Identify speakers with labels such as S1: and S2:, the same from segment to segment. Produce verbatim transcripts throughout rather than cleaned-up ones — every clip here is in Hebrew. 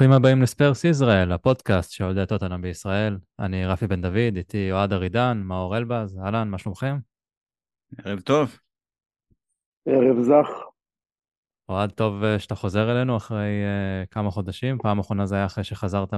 S1: ברוכים הבאים לספרס ישראל, הפודקאסט שאוהדי טוטנהאם בישראל. אני רפי בן דוד, איתי אוהד ארידן, מאור אלבז, אהלן, מה שלומכם?
S2: ערב טוב.
S3: ערב זך.
S1: אוהד, טוב אה, שאתה חוזר אלינו אחרי uh, כמה חודשים. פעם אחרונה זה היה אחרי שחזרת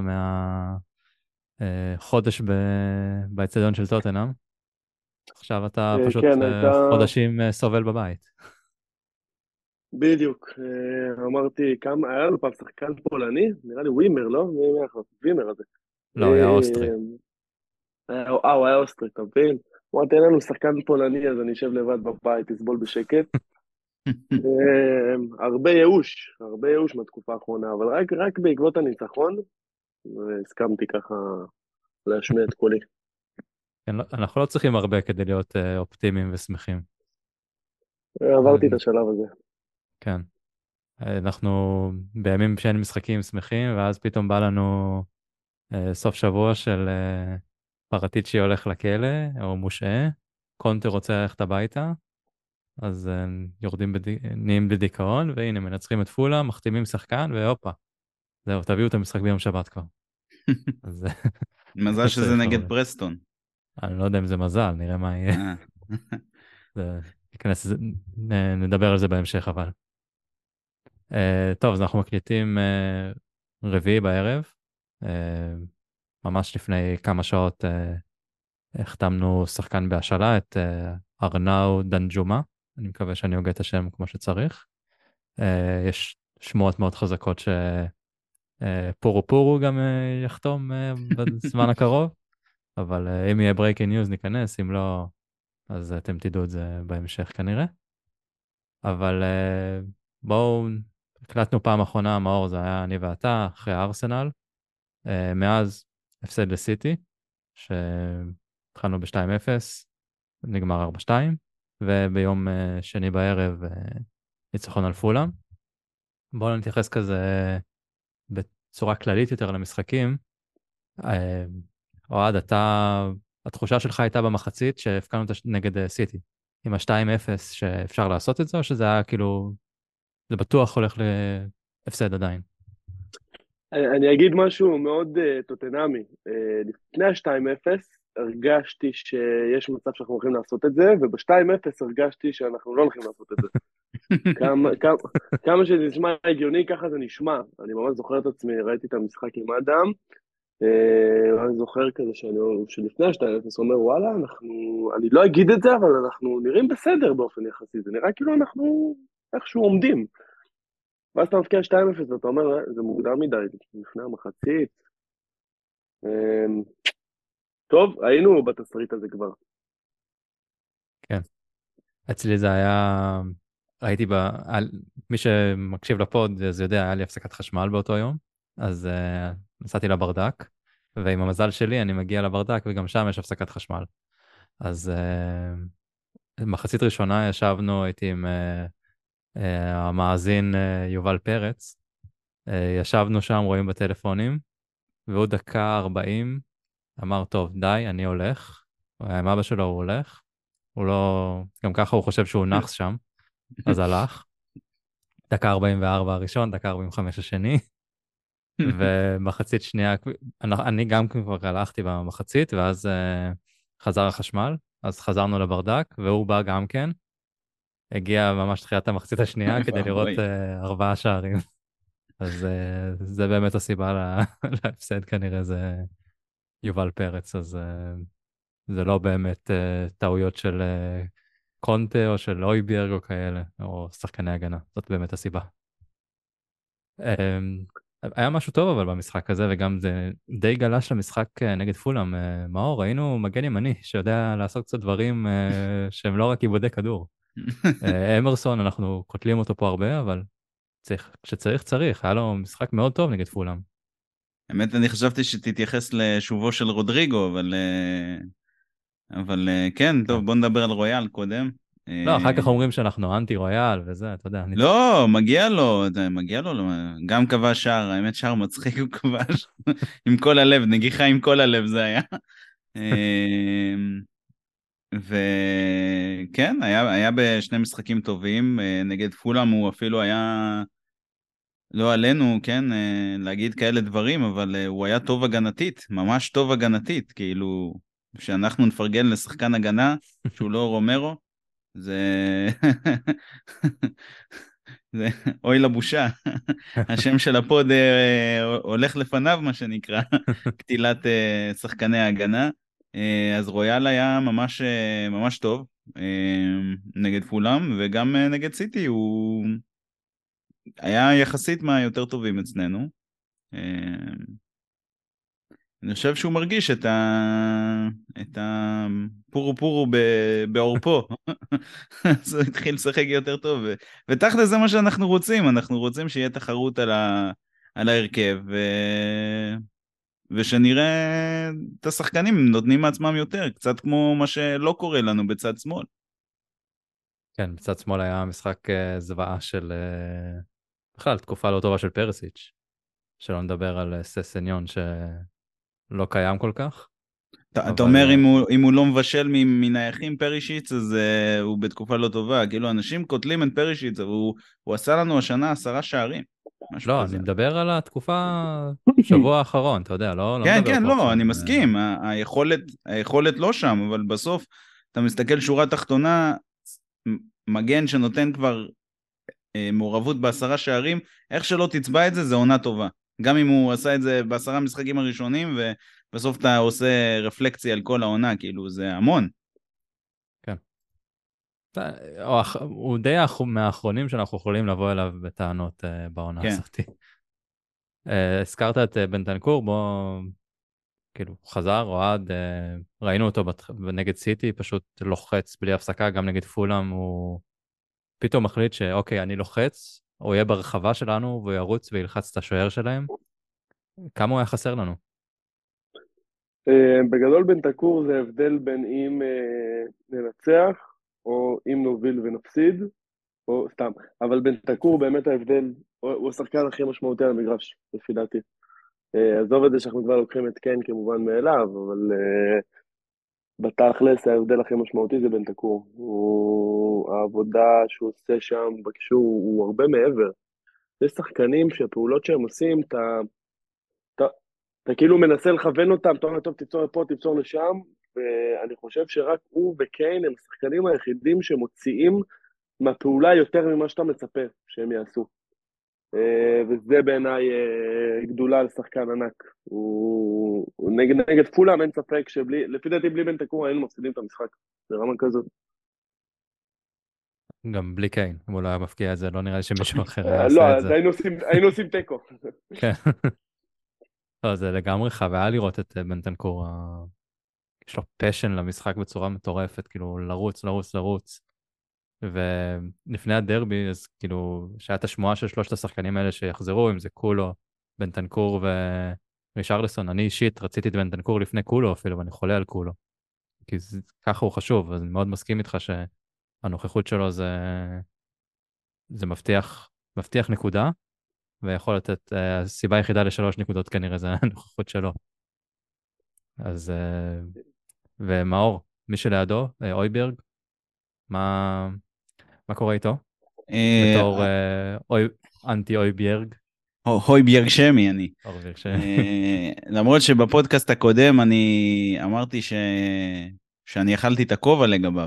S1: מהחודש uh, באצטדיון של טוטנהאם. עכשיו אתה
S3: אה,
S1: פשוט
S3: כן,
S1: uh,
S3: הייתה,
S1: חודשים uh, סובל בבית.
S3: בדיוק, אה, אמרתי, כמה, היה לנו פעם שחקן פולני, נראה לי ווימר, לא? מי מי אנחנו? ווימר הזה.
S1: לא, היה אוסטרי.
S3: אה, היה- אה, הוא היה אוסטרי, אתה מבין? אמרתי, אין לנו שחקן פולני, אז אני אשב לבד בבית, אסבול בשקט. אה, הרבה ייאוש, הרבה ייאוש מהתקופה האחרונה, אבל רק, רק בעקבות הניצחון, אה, הסכמתי ככה להשמיע את קולי.
S1: כן, לא- אנחנו לא צריכים הרבה כדי להיות uh, אופטימיים ושמחים.
S3: אה,
S1: אה,
S3: עברתי את השלב הזה.
S1: כן. אנחנו בימים שאין משחקים שמחים, ואז פתאום בא לנו אה, סוף שבוע של אה, פרטיצ'י הולך לכלא, או מושעה, קונטה רוצה ללכת הביתה, אז אה, יורדים, בדי... נהיים בדיכאון, והנה מנצחים את פולה, מחתימים שחקן, והופה, זהו, תביאו את המשחק ביום שבת כבר. אז
S2: מזל
S1: זה
S2: שזה
S1: צריך
S2: נגד
S1: הרבה.
S2: ברסטון.
S1: אני לא יודע אם זה מזל, נראה מה יהיה.
S2: אה.
S1: זה... ניכנס, נ- נדבר על זה בהמשך, אבל. אה, טוב, אז אנחנו מקליטים אה, רביעי בערב. אה, ממש לפני כמה שעות אה, החתמנו שחקן בהשאלה, את אה, ארנאו דנג'ומה. אני מקווה שאני הוגה את השם כמו שצריך. אה, יש שמועות מאוד חזקות שפורו פורו גם אה, יחתום אה, בזמן הקרוב, אבל אה, אם יהיה breaking news ניכנס, אם לא, אז אתם תדעו את זה בהמשך כנראה. אבל אה, בואו, הקלטנו פעם אחרונה, מאור, זה היה אני ואתה, אחרי הארסנל. אה, מאז הפסד לסיטי, שהתחלנו ב-שתיים אפס, נגמר ארבע שתיים, וביום אה, שני בערב אה, ניצחון על פולאם. בואו נתייחס כזה בצורה כללית יותר למשחקים. אה, אוהד, אתה, התחושה שלך הייתה במחצית שהפקענו את הש- נגד אה, סיטי, עם ה-שתיים אפס שאפשר לעשות את זה, או שזה היה כאילו, זה בטוח הולך להפסד עדיין?
S3: אני אני אגיד משהו מאוד uh, טוטנאמי. Uh, לפני ה-שתיים אפס הרגשתי שיש מצב שאנחנו הולכים לעשות את זה, וב-שתיים אפס הרגשתי שאנחנו לא הולכים לעשות את זה. כמה, כמה, כמה שזה נשמע הגיוני, ככה זה נשמע. אני ממש זוכר את עצמי, ראיתי את המשחק עם אדם, uh, אני זוכר כזה שאני, שלפני ה-שתיים אפס הוא אומר, וואלה, אנחנו, אני לא אגיד את זה, אבל אנחנו נראים בסדר באופן יחסי, זה נראה כאילו אנחנו איכשהו עומדים. ואז אתה מבקיע שתיים אפס ואתה אומר, "אה, זה מוקדם מדי, לפני המחצית." אמ, טוב, היינו בתסריט הזה כבר.
S1: כן. אצלי זה היה, ראיתי, ב... על... מי שמקשיב לפוד, אז יודע, היה לי הפסקת חשמל באותו יום, אז uh, נסעתי לברדק, ועם המזל שלי אני מגיע לברדק, וגם שם יש הפסקת חשמל. אז uh, מחצית ראשונה ישבנו, הייתי עם uh, uh, המאזין uh, יובל פרץ, uh, ישבנו שם, רואים בטלפונים, והוא דקה ארבעים, אמר, טוב, די, אני הולך. הוא היה עם אבא שלו, הוא הולך. הוא לא, גם ככה הוא חושב שהוא נאחס שם, אז הלך. דקה ארבעים וארבע הראשון, דקה ארבעים וחמש השני, ומחצית שנייה, אני אני גם כבר הלכתי במחצית, ואז uh, חזר החשמל, אז חזרנו לברדק, והוא בא גם כן, הגיע ממש תחילת המחצית השנייה
S2: אוי
S1: כדי לראות uh,
S2: ואבוי.
S1: ארבעה שערים. אז uh, זה באמת הסיבה לה- להפסד כנראה, זה יובל פרץ, אז uh, זה לא באמת uh, טעויות של uh, קונטה או של אויביארג או כאלה, או שחקני הגנה, זאת באמת הסיבה. אמ, היה משהו טוב אבל במשחק הזה, וגם זה די גלש למשחק אה, נגד פולאם. אה, מאור, ראינו מגן ימני שיודע לעשות קצת דברים אה, שהם לא רק עיבודי כדור. אה, אמרסון, אנחנו קוטלים אותו פה הרבה, אבל צריך, כשצריך צריך, היה לו משחק מאוד טוב נגד פולאם.
S2: האמת, אני חשבתי שתתייחס לשובו של רודריגו, אבל, אה, אבל אה, כן,
S1: כן.
S2: טוב, בוא נדבר על רויאל קודם.
S1: לא, אחר
S2: אה,
S1: כך אומרים שאנחנו אנטי רויאל וזה, אתה יודע, אני...
S2: לא, מגיע לו, זה- מגיע לו, לא, גם כבש שער, האמת שער מצחיק הוא כבש, עם כל הלב, נגיחה עם כל הלב זה היה. אה, וכן, היה, היה בשני משחקים טובים, אה, נגד פולאם הוא אפילו היה לא עלינו, כן, להגיד כאלה דברים, אבל הוא היה טוב הגנתית, ממש טוב הגנתית, כאילו, כשאנחנו נפרגן לשחקן הגנה, שהוא לא רומרו, זה... זה אוי לבושה. השם של הפוד הולך לפניו, מה שנקרא, קטילת שחקני ההגנה. אז רויאל היה ממש, ממש טוב נגד פולאם, וגם נגד סיטי הוא היה יחסית מהיותר טובים אצלנו. אני חושב שהוא מרגיש את ה... את הפורו פורו בעורפו. אז הוא התחיל לשחק יותר טוב. ו... ותכל'ס זה מה שאנחנו רוצים. אנחנו רוצים שיהיה תחרות על, ה... על ההרכב, ו... ושנראה את השחקנים נותנים מעצמם יותר, קצת כמו מה שלא קורה לנו בצד שמאל.
S1: כן, בצד שמאל היה משחק uh, זוועה של... Uh, בכלל, תקופה לא טובה של פרסיץ', שלא נדבר על uh, ססניון שלא קיים כל כך.
S2: אתה,
S1: אבל...
S2: אתה אומר, אם הוא, אם הוא לא מבשל מנייחים פרישיץ, אז uh, הוא בתקופה לא טובה. כאילו, אנשים קוטלים את פרישיץ, אבל הוא, הוא עשה לנו השנה עשרה שערים.
S1: לא,
S2: כזה.
S1: אני מדבר על התקופה, שבוע האחרון, אתה יודע, לא, לא
S2: כן,
S1: מדבר
S2: כן,
S1: פה
S2: לא,
S1: עכשיו.
S2: אני מסכים, ה- היכולת, היכולת לא שם, אבל בסוף, אתה מסתכל שורה תחתונה, מגן שנותן כבר אה, מעורבות בעשרה שערים, איך שלא תצבע את זה, זה עונה טובה. גם אם הוא עשה את זה בעשרה משחקים הראשונים, ובסוף אתה עושה רפלקציה על כל העונה, כאילו זה המון.
S1: כן. הוא די מהאחרונים שאנחנו יכולים לבוא אליו בטענות uh, בעונה
S2: כן.
S1: הזאת. uh, הזכרת את uh, בנטנקור, בוא, כאילו, חזר, אוהד, uh, ראינו אותו בת... נגד סיטי, פשוט לוחץ בלי הפסקה, גם נגד פולאם, הוא פתאום מחליט שאוקיי, אני לוחץ, הוא יהיה ברחבה שלנו, והוא ירוץ וילחץ את השוער שלהם. כמה הוא היה חסר לנו?
S3: Uh, בגדול בנטנקור זה הבדל בין אם uh, ננצח, או אם נוביל ונפסיד, או סתם. אבל בנטנקור באמת ההבדל, הוא, הוא השחקן הכי משמעותי על המגרש, לפי דעתי. Uh, עזוב את זה שאנחנו כבר לוקחים את קן כמובן מאליו, אבל uh, בתכלס ההבדל הכי משמעותי זה בנטנקור. הוא, העבודה שהוא עושה שם בקישור הוא הרבה מעבר. יש שחקנים שהפעולות שהם עושים, אתה, אתה, אתה כאילו מנסה לכוון אותם, אתה אומר, טוב, תיצור לפה, תיצור לשם, ואני חושב שרק הוא וקיין הם השחקנים היחידים שמוציאים מהפעולה יותר ממה שאתה מצפה שהם יעשו. וזה בעיניי גדולה על שחקן ענק. הוא, הוא נגד, נגד פולאם אין ספק שבלי, לפי דעתי בלי בנטנקור היינו מפסידים את המשחק, ברמה כזאת.
S1: גם בלי קיין, אם הוא לא היה מפקיע את זה, לא נראה לי שמישהו אחר היה
S3: לא,
S1: עושה את
S3: אז
S1: זה.
S3: היינו עושים טקו.
S1: כן. לא, זה לגמרי חוויה לראות את בנטנקור. יש לו פשן למשחק בצורה מטורפת, כאילו לרוץ, לרוץ, לרוץ. ולפני הדרבי, אז כאילו, שהיה את השמועה של שלושת השחקנים האלה שיחזרו, אם זה קולו, בנטנקור ורישרלסון. אני אישית רציתי את בנטנקור לפני קולו אפילו, ואני חולה על קולו. כי זה, ככה הוא חשוב, אז אני מאוד מסכים איתך שהנוכחות שלו זה, זה מבטיח, מבטיח נקודה, ויכול לתת, הסיבה היחידה לשלוש נקודות כנראה זה הנוכחות שלו. אז, ומאור, מי שלידו, אויברג, מה, מה קורה איתו? בתור אנטי אויברג.
S2: הויברג שמי אני.
S1: אויברג שמי.
S2: למרות שבפודקאסט הקודם אני אמרתי ש... שאני אכלתי את הכובע לגביו.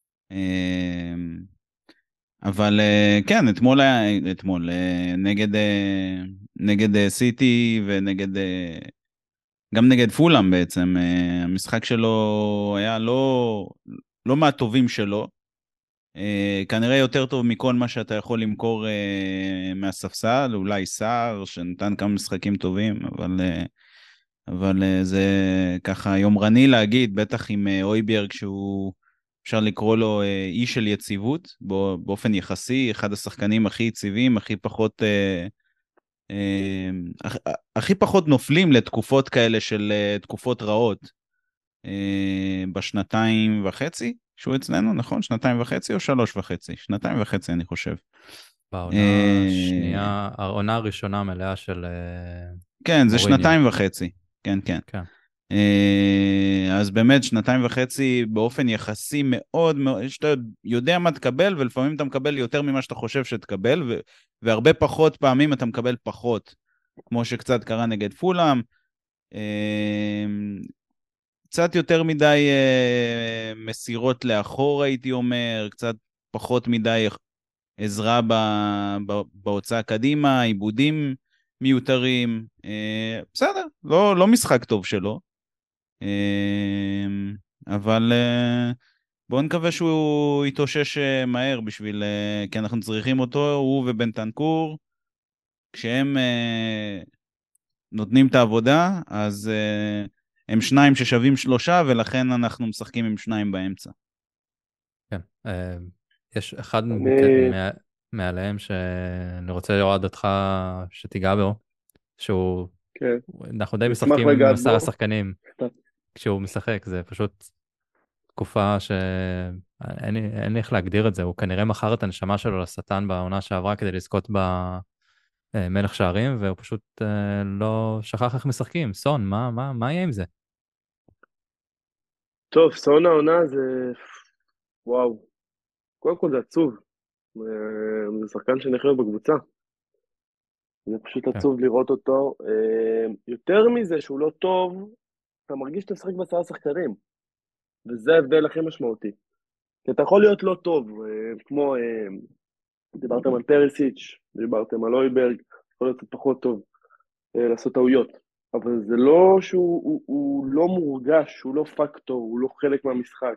S2: אבל כן, אתמול היה, אתמול, נגד, נגד סיטי ונגד, גם נגד פולאם בעצם, המשחק שלו היה לא, לא מהטובים שלו, כנראה יותר טוב מכל מה שאתה יכול למכור מהספסל, אולי סער שנתן כמה משחקים טובים, אבל, אבל זה ככה יומרני להגיד, בטח עם אויברג שהוא... אפשר לקרוא לו איש של יציבות, באופן יחסי, אחד השחקנים הכי יציבים, הכי פחות, אה, אה, הכי פחות נופלים לתקופות כאלה של תקופות רעות, אה, בשנתיים וחצי, שהוא אצלנו, נכון? שנתיים וחצי או שלוש וחצי? שנתיים וחצי, אני חושב.
S1: בעונה השנייה, העונה הראשונה מלאה של
S2: כן, זה שנתיים וחצי, כן, כן.
S1: כן.
S2: אז באמת שנתיים וחצי באופן יחסי מאוד מאוד, שאתה יודע מה תקבל ולפעמים אתה מקבל יותר ממה שאתה חושב שתקבל, והרבה פחות פעמים אתה מקבל פחות, כמו שקצת קרה נגד פולאם, קצת יותר מדי מסירות לאחור, הייתי אומר, קצת פחות מדי עזרה בהוצאה קדימה, עיבודים מיותרים, בסדר, לא, לא משחק טוב שלו, אבל בואו נקווה שהוא יתאושש מהר בשביל, כי אנחנו צריכים אותו, הוא ובנטנקור, כשהם נותנים את העבודה, אז הם שניים ששווים שלושה, ולכן אנחנו משחקים עם שניים באמצע.
S1: כן, יש אחד
S3: אני...
S1: מעליהם שאני רוצה לראות אותך שתיגע בו, שהוא,
S3: כן.
S1: אנחנו די
S3: נשמח
S1: משחקים עם
S3: לגעת
S1: עשרה
S3: בו.
S1: שחקנים, כשהוא משחק, זה פשוט תקופה שאין לי, אין לי איך להגדיר את זה, הוא כנראה מכר את הנשמה שלו לשטן בעונה שעברה כדי לזכות במלך שערים, והוא פשוט לא שכח איך משחקים. סון, מה, מה, מה יהיה עם זה?
S3: טוב, סון העונה זה... וואו. קודם כל זה עצוב. זה שחקן שנחיה בקבוצה. זה פשוט
S1: כן.
S3: עצוב לראות אותו. יותר מזה שהוא לא טוב, אתה מרגיש שאתה משחק בעשרה שחקנים. וזה ההבדל הכי משמעותי. כי אתה יכול להיות לא טוב, כמו... דיברתם על פריסיץ', דיברתם על אויברג, יכול להיות פחות טוב לעשות טעויות. אבל זה לא שהוא הוא, הוא לא מורגש, הוא לא פקטור, הוא לא חלק מהמשחק.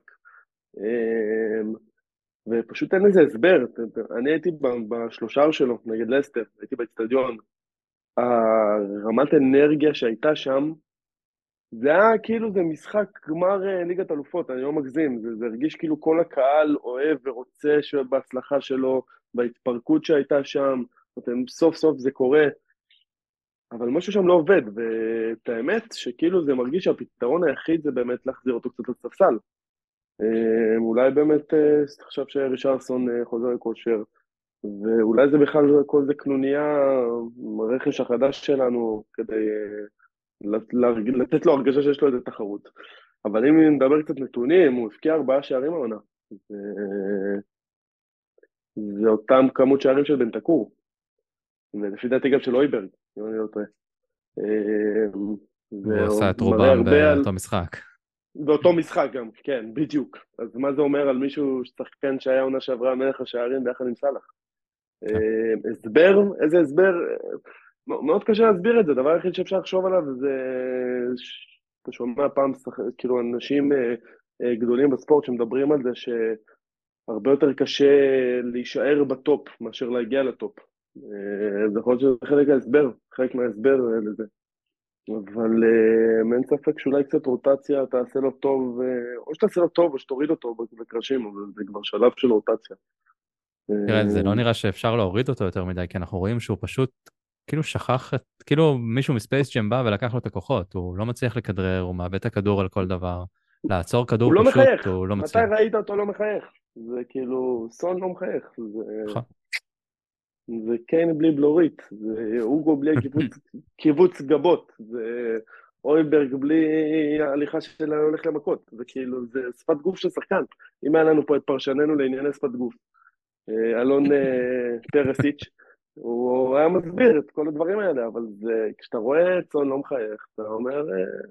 S3: ופשוט אין לזה הסבר. אני הייתי בשלושר שלו, נגד לסטר, הייתי באצטדיון. הרמת אנרגיה שהייתה שם, זה היה כאילו זה משחק גמר ליגת אלופות, אני לא מגזים. זה, זה הרגיש כאילו כל הקהל אוהב ורוצה בהצלחה שלו, בהתפרקות שהייתה שם, סוף סוף זה קורה. אבל משהו שם לא עובד, ואת האמת שכאילו זה מרגיש שהפתרון היחיד זה באמת להחזיר אותו קצת לספסל. אולי באמת עכשיו שרישרסון חוזר לכושר, ואולי זה בכלל כל זה קנוניה, הרכש החדש שלנו, כדי לתת לו הרגשה שיש לו איזה תחרות. אבל אם נדבר קצת נתונים, הוא הפקיע ארבעה שערים העונה. זה, זה אותם כמות שערים של בנטקור, ולפי דעתי גם של אויברג, אם אני לא טועה.
S1: הוא עושה את רובם באותו משחק.
S3: באותו משחק גם, כן, בדיוק. אז מה זה אומר על מישהו ששחקן שהיה עונה שעברה מלך השערים ביחד עם סלאח? הסבר, איזה הסבר? מאוד קשה להסביר את זה, הדבר היחיד שאפשר לחשוב עליו זה, אתה שומע פעם, כאילו אנשים גדולים בספורט שמדברים על זה שהרבה יותר קשה להישאר בטופ מאשר להגיע לטופ. זה יכול להיות שזה חלק מההסבר, חלק מההסבר לזה. אבל אין ספק שאולי קצת רוטציה תעשה לו טוב, או שתעשה לו טוב או שתוריד אותו בקרשים, אבל זה כבר שלב של רוטציה.
S1: תראה, זה לא נראה שאפשר להוריד אותו יותר מדי, כי אנחנו רואים שהוא פשוט כאילו שכח את, כאילו מישהו מספייס ג'ם בא ולקח לו את הכוחות, הוא לא מצליח לכדרר, הוא מאבד את הכדור על כל דבר, לעצור כדור
S3: הוא לא
S1: פשוט,
S3: מחייך.
S1: הוא לא מצליח.
S3: מתי ראית אותו לא מחייך? זה כאילו, סון לא מחייך, זה... זה קיין בלי בלורית, זה אוגו בלי קיבוץ, קיבוץ גבות, זה אויברג בלי הליכה של הולך למכות, זה כאילו, זה שפת גוף של שחקן. אם היה לנו פה את פרשננו לענייני שפת גוף, אלון פרסיץ', הוא היה מסביר את כל הדברים האלה, אבל זה, כשאתה רואה את סון לא מחייך, אתה אומר,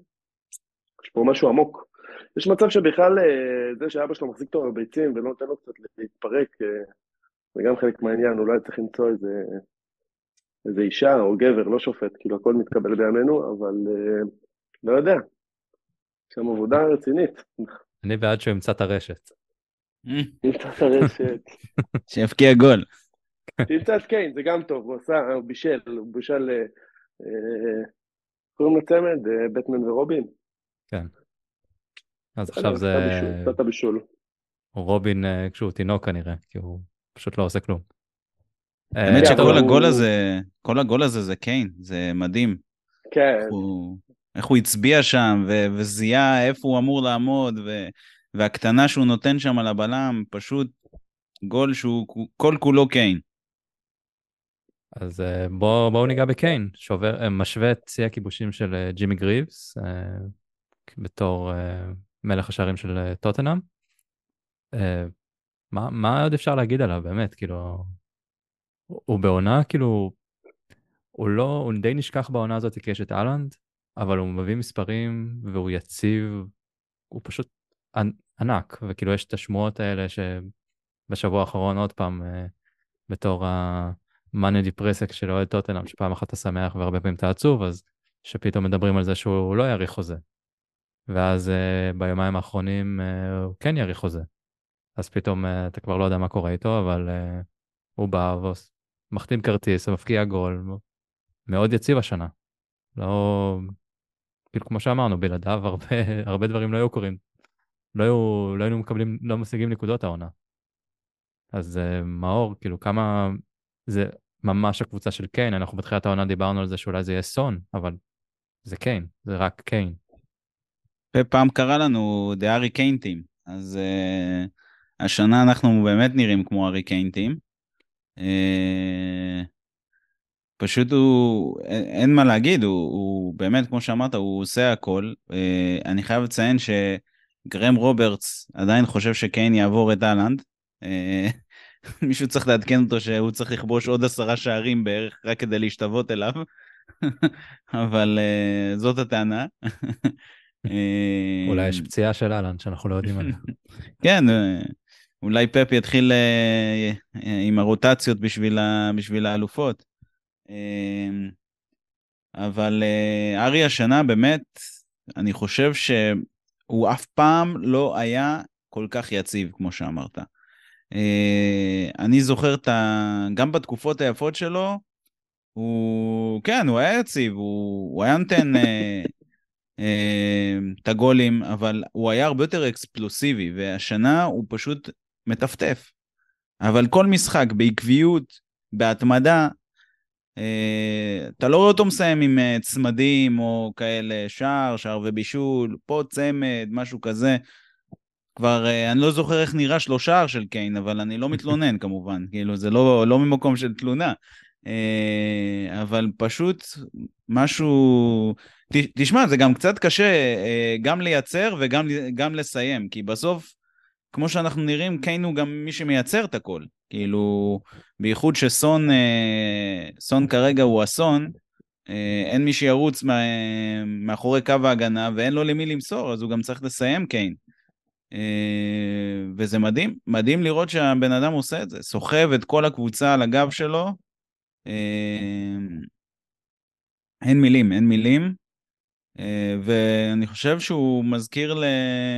S3: יש פה משהו עמוק. יש מצב שבכלל זה שאבא שלו מחזיק אותו בביצים ולא נותן לו קצת להתפרק, זה גם חלק מהעניין, אולי צריך למצוא איזה, איזה אישה או גבר, לא שופט, כאילו הכל מתקבל בימינו, אבל לא יודע, יש שם עבודה רצינית.
S1: אני בעד שהוא ימצא את הרשת.
S3: ימצא את הרשת.
S2: שיפקיע גול.
S3: תמצא את קיין, זה גם טוב, הוא עשה, הוא בישל, הוא בישל, קוראים לצמד, בטמן ורובין.
S1: כן. אז עכשיו זה...
S3: קצת הבישול.
S1: רובין כשהוא תינוק כנראה, כי הוא פשוט לא עושה כלום.
S2: האמת שכל הגול הזה, כל הגול הזה זה קיין, זה מדהים.
S3: כן.
S2: איך הוא הצביע שם, וזיהה איפה הוא אמור לעמוד, והקטנה שהוא נותן שם על הבלם, פשוט גול שהוא כל כולו קיין.
S1: אז בואו בוא ניגע בקיין, שובר, משווה את שיא הכיבושים של ג'ימי גריבס, בתור מלך השערים של טוטנהאם. מה, מה עוד אפשר להגיד עליו, באמת, כאילו, הוא הוא בעונה, כאילו, הוא לא, הוא די נשכח בעונה הזאת כי יש את אהלנד, אבל הוא מביא מספרים והוא יציב, הוא פשוט ענ- ענק, וכאילו יש את השמועות האלה שבשבוע האחרון עוד פעם, אה, בתור המאניה דיפרסק של אוהד טוטנהאם, שפעם אחת אתה שמח והרבה פעמים אתה עצוב, אז שפתאום מדברים על זה שהוא לא יאריך חוזה. ואז uh, ביומיים האחרונים uh, הוא כן יאריך חוזה. אז פתאום uh, אתה כבר לא יודע מה קורה איתו, אבל uh, הוא בא ומחתים כרטיס ומפקיע גול, מאוד יציב השנה. לא, כאילו כמו שאמרנו, בלעדיו הרבה, הרבה דברים לא היו קורים. לא היו, לא היינו מקבלים, לא משיגים נקודות העונה. אז uh, מאור, כאילו כמה, זה ממש הקבוצה של קיין, אנחנו בתחילת העונה דיברנו על זה שאולי זה יהיה סון, אבל זה קיין, זה רק קיין.
S2: ופעם קרא לנו The Harry Kane Team, אז uh, השנה אנחנו באמת נראים כמו Harry Kane Team. Uh, פשוט הוא, אין, אין מה להגיד, הוא, הוא באמת, כמו שאמרת, הוא עושה הכל. Uh, אני חייב לציין שגרם רוברטס עדיין חושב שקיין יעבור את אהלנד. Uh, מישהו צריך לעדכן אותו שהוא צריך לכבוש עוד עשרה שערים בערך רק כדי להשתוות אליו. אבל uh, זאת הטענה.
S1: אולי יש פציעה של אהלן שאנחנו לא יודעים עליה.
S2: כן, אולי פפ יתחיל עם הרוטציות בשביל האלופות. אבל ארי השנה באמת, אני חושב שהוא אף פעם לא היה כל כך יציב, כמו שאמרת. אני זוכר גם בתקופות היפות שלו, הוא, כן, הוא היה יציב, הוא, הוא היה נותן את הגולים, אבל הוא היה הרבה יותר אקספלוסיבי, והשנה הוא פשוט מטפטף. אבל כל משחק, בעקביות, בהתמדה, אתה לא רואה אותו מסיים עם צמדים או כאלה, שער, שער ובישול, פה צמד, משהו כזה. כבר, אני לא זוכר איך נראה שלו שער של קיין, אבל אני לא מתלונן כמובן, כאילו זה לא, לא ממקום של תלונה. אבל פשוט משהו, תשמע, זה גם קצת קשה גם לייצר וגם גם לסיים, כי בסוף, כמו שאנחנו נראים, קיין הוא גם מי שמייצר את הכל, כאילו, בייחוד שסון, סון כרגע הוא אסון, אין מי שירוץ מאחורי קו ההגנה, ואין לו למי למסור, אז הוא גם צריך לסיים קיין. וזה מדהים, מדהים לראות שהבן אדם עושה את זה, סוחב את כל הקבוצה על הגב שלו, אין מילים, אין מילים, ואני חושב שהוא מזכיר ל...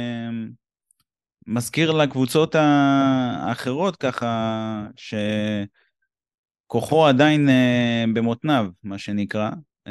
S2: מזכיר לקבוצות האחרות ככה, שכוחו עדיין במותניו, מה שנקרא,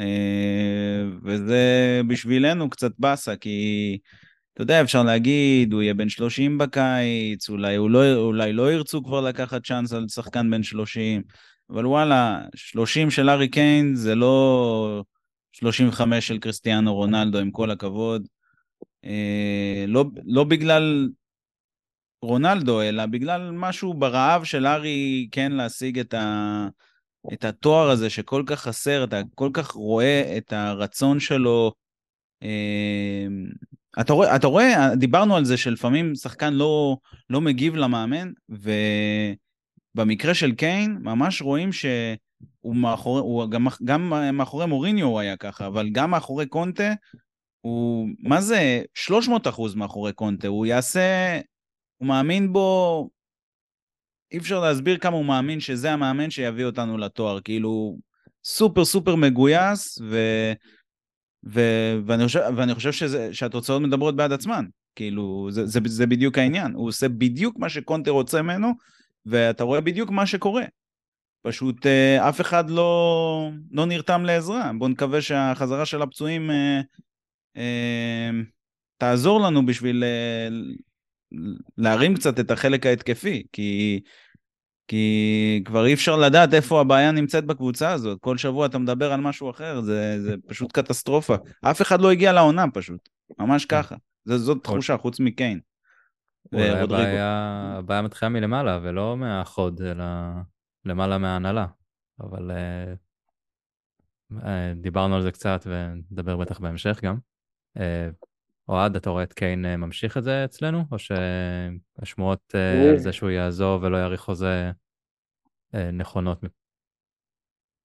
S2: וזה בשבילנו קצת בסה, כי אתה יודע, אפשר להגיד, הוא יהיה בן שלושים בקיץ, אולי, לא, אולי לא ירצו כבר לקחת צ'אנס על שחקן בן שלושים, אבל וואלה, שלושים של ארי קיין זה לא שלושים וחמש של קריסטיאנו רונלדו, עם כל הכבוד. אה, לא, לא בגלל רונלדו, אלא בגלל משהו ברעב של ארי קיין להשיג את, ה, את התואר הזה שכל כך חסר, אתה כל כך רואה את הרצון שלו, אה, אתה רואה, אתה רואה, דיברנו על זה שלפעמים שחקן לא, לא מגיב למאמן, ובמקרה של קיין, ממש רואים שהוא מאחורי, הוא גם, גם מאחורי מוריניו הוא היה ככה, אבל גם מאחורי קונטה, הוא, מה זה, שלוש מאות אחוז מאחורי קונטה, הוא יעשה, הוא מאמין בו, אי אפשר להסביר כמה הוא מאמין שזה המאמן שיביא אותנו לתואר, כאילו, סופר סופר מגויס, ו... ו- ואני חושב, ואני חושב שזה, שהתוצאות מדברות בעד עצמן, כאילו, זה, זה, זה בדיוק העניין, הוא עושה בדיוק מה שקונטה רוצה ממנו, ואתה רואה בדיוק מה שקורה, פשוט אה, אף אחד לא, לא נרתם לעזרה, בוא נקווה שהחזרה של הפצועים אה, אה, תעזור לנו בשביל אה, להרים קצת את החלק ההתקפי, כי... כי כבר אי אפשר לדעת איפה הבעיה נמצאת בקבוצה הזאת, כל שבוע אתה מדבר על משהו אחר, זה, זה פשוט קטסטרופה, אף אחד לא הגיע לעונה פשוט, ממש ככה, זה, זאת תחושה חוץ מקיין.
S1: אולי הבעיה, הבעיה מתחילה מלמעלה ולא מהחוד, אלא למעלה מההנהלה, אבל uh, uh, דיברנו על זה קצת ונדבר בטח בהמשך גם. Uh, אוהד, אתה רואה את קיין uh, ממשיך את זה אצלנו, או שהשמועות uh, על זה שהוא יעזוב ולא יאריך חוזה נכונות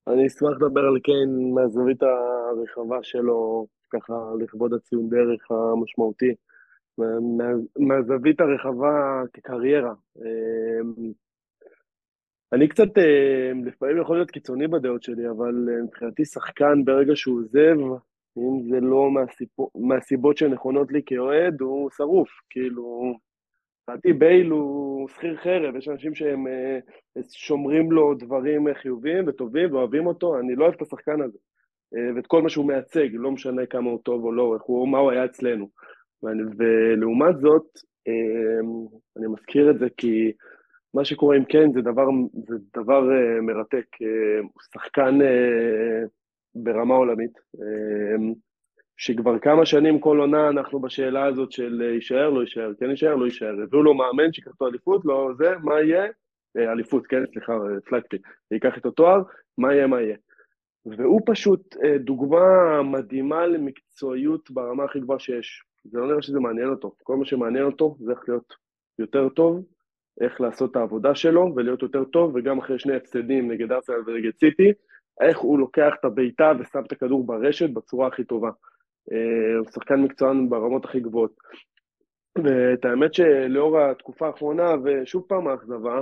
S3: אני אשמח לדבר על קיין מהזווית הרחבה שלו, ככה לכבוד הציון דרך המשמעותי, מה, מהזווית הרחבה כקריירה. אמ, אני קצת, אמ, לפעמים יכול להיות קיצוני בדעות שלי, אבל אמ, מבחינתי שחקן ברגע שהוא עוזב, אם זה לא מהסיפו, מהסיבות שנכונות לי כאוהד, הוא שרוף, כאילו, מבחינתי בייל הוא שכיר חרב, יש אנשים שהם אה, שומרים לו דברים חיוביים וטובים ואוהבים אותו, אני לא אוהב את השחקן הזה. אה, ואת כל מה שהוא מייצג, לא משנה כמה הוא טוב או לא, איך הוא, מה הוא היה אצלנו. ואני, ולעומת זאת, אה, אני מזכיר את זה כי מה שקורה עם קיין זה דבר, זה דבר אה, מרתק. אה, הוא שחקן אה, ברמה עולמית, אה, שכבר כמה שנים כל עונה אנחנו בשאלה הזאת של יישאר, לא יישאר, כן יישאר, לא יישאר. הביאו לו מאמן שיקח אליפות, לא זה, מה יהיה? אה, אליפות, כן, סליחה, הפלגתי. ייקח את התואר, מה יהיה, מה יהיה. והוא פשוט אה, דוגמה מדהימה למקצועיות ברמה הכי גבוהה שיש. זה לא נראה שזה מעניין אותו. כל מה שמעניין אותו זה איך להיות יותר טוב, איך לעשות את העבודה שלו ולהיות יותר טוב, וגם אחרי שני הפסדים נגד ארסנל ונגד סיטי, איך הוא לוקח את הבעיטה ושם את הכדור ברשת בצורה הכי טובה. אה, הוא שחקן מקצוען ברמות הכי גבוהות. ואת האמת שלאור התקופה האחרונה, ושוב פעם האכזבה,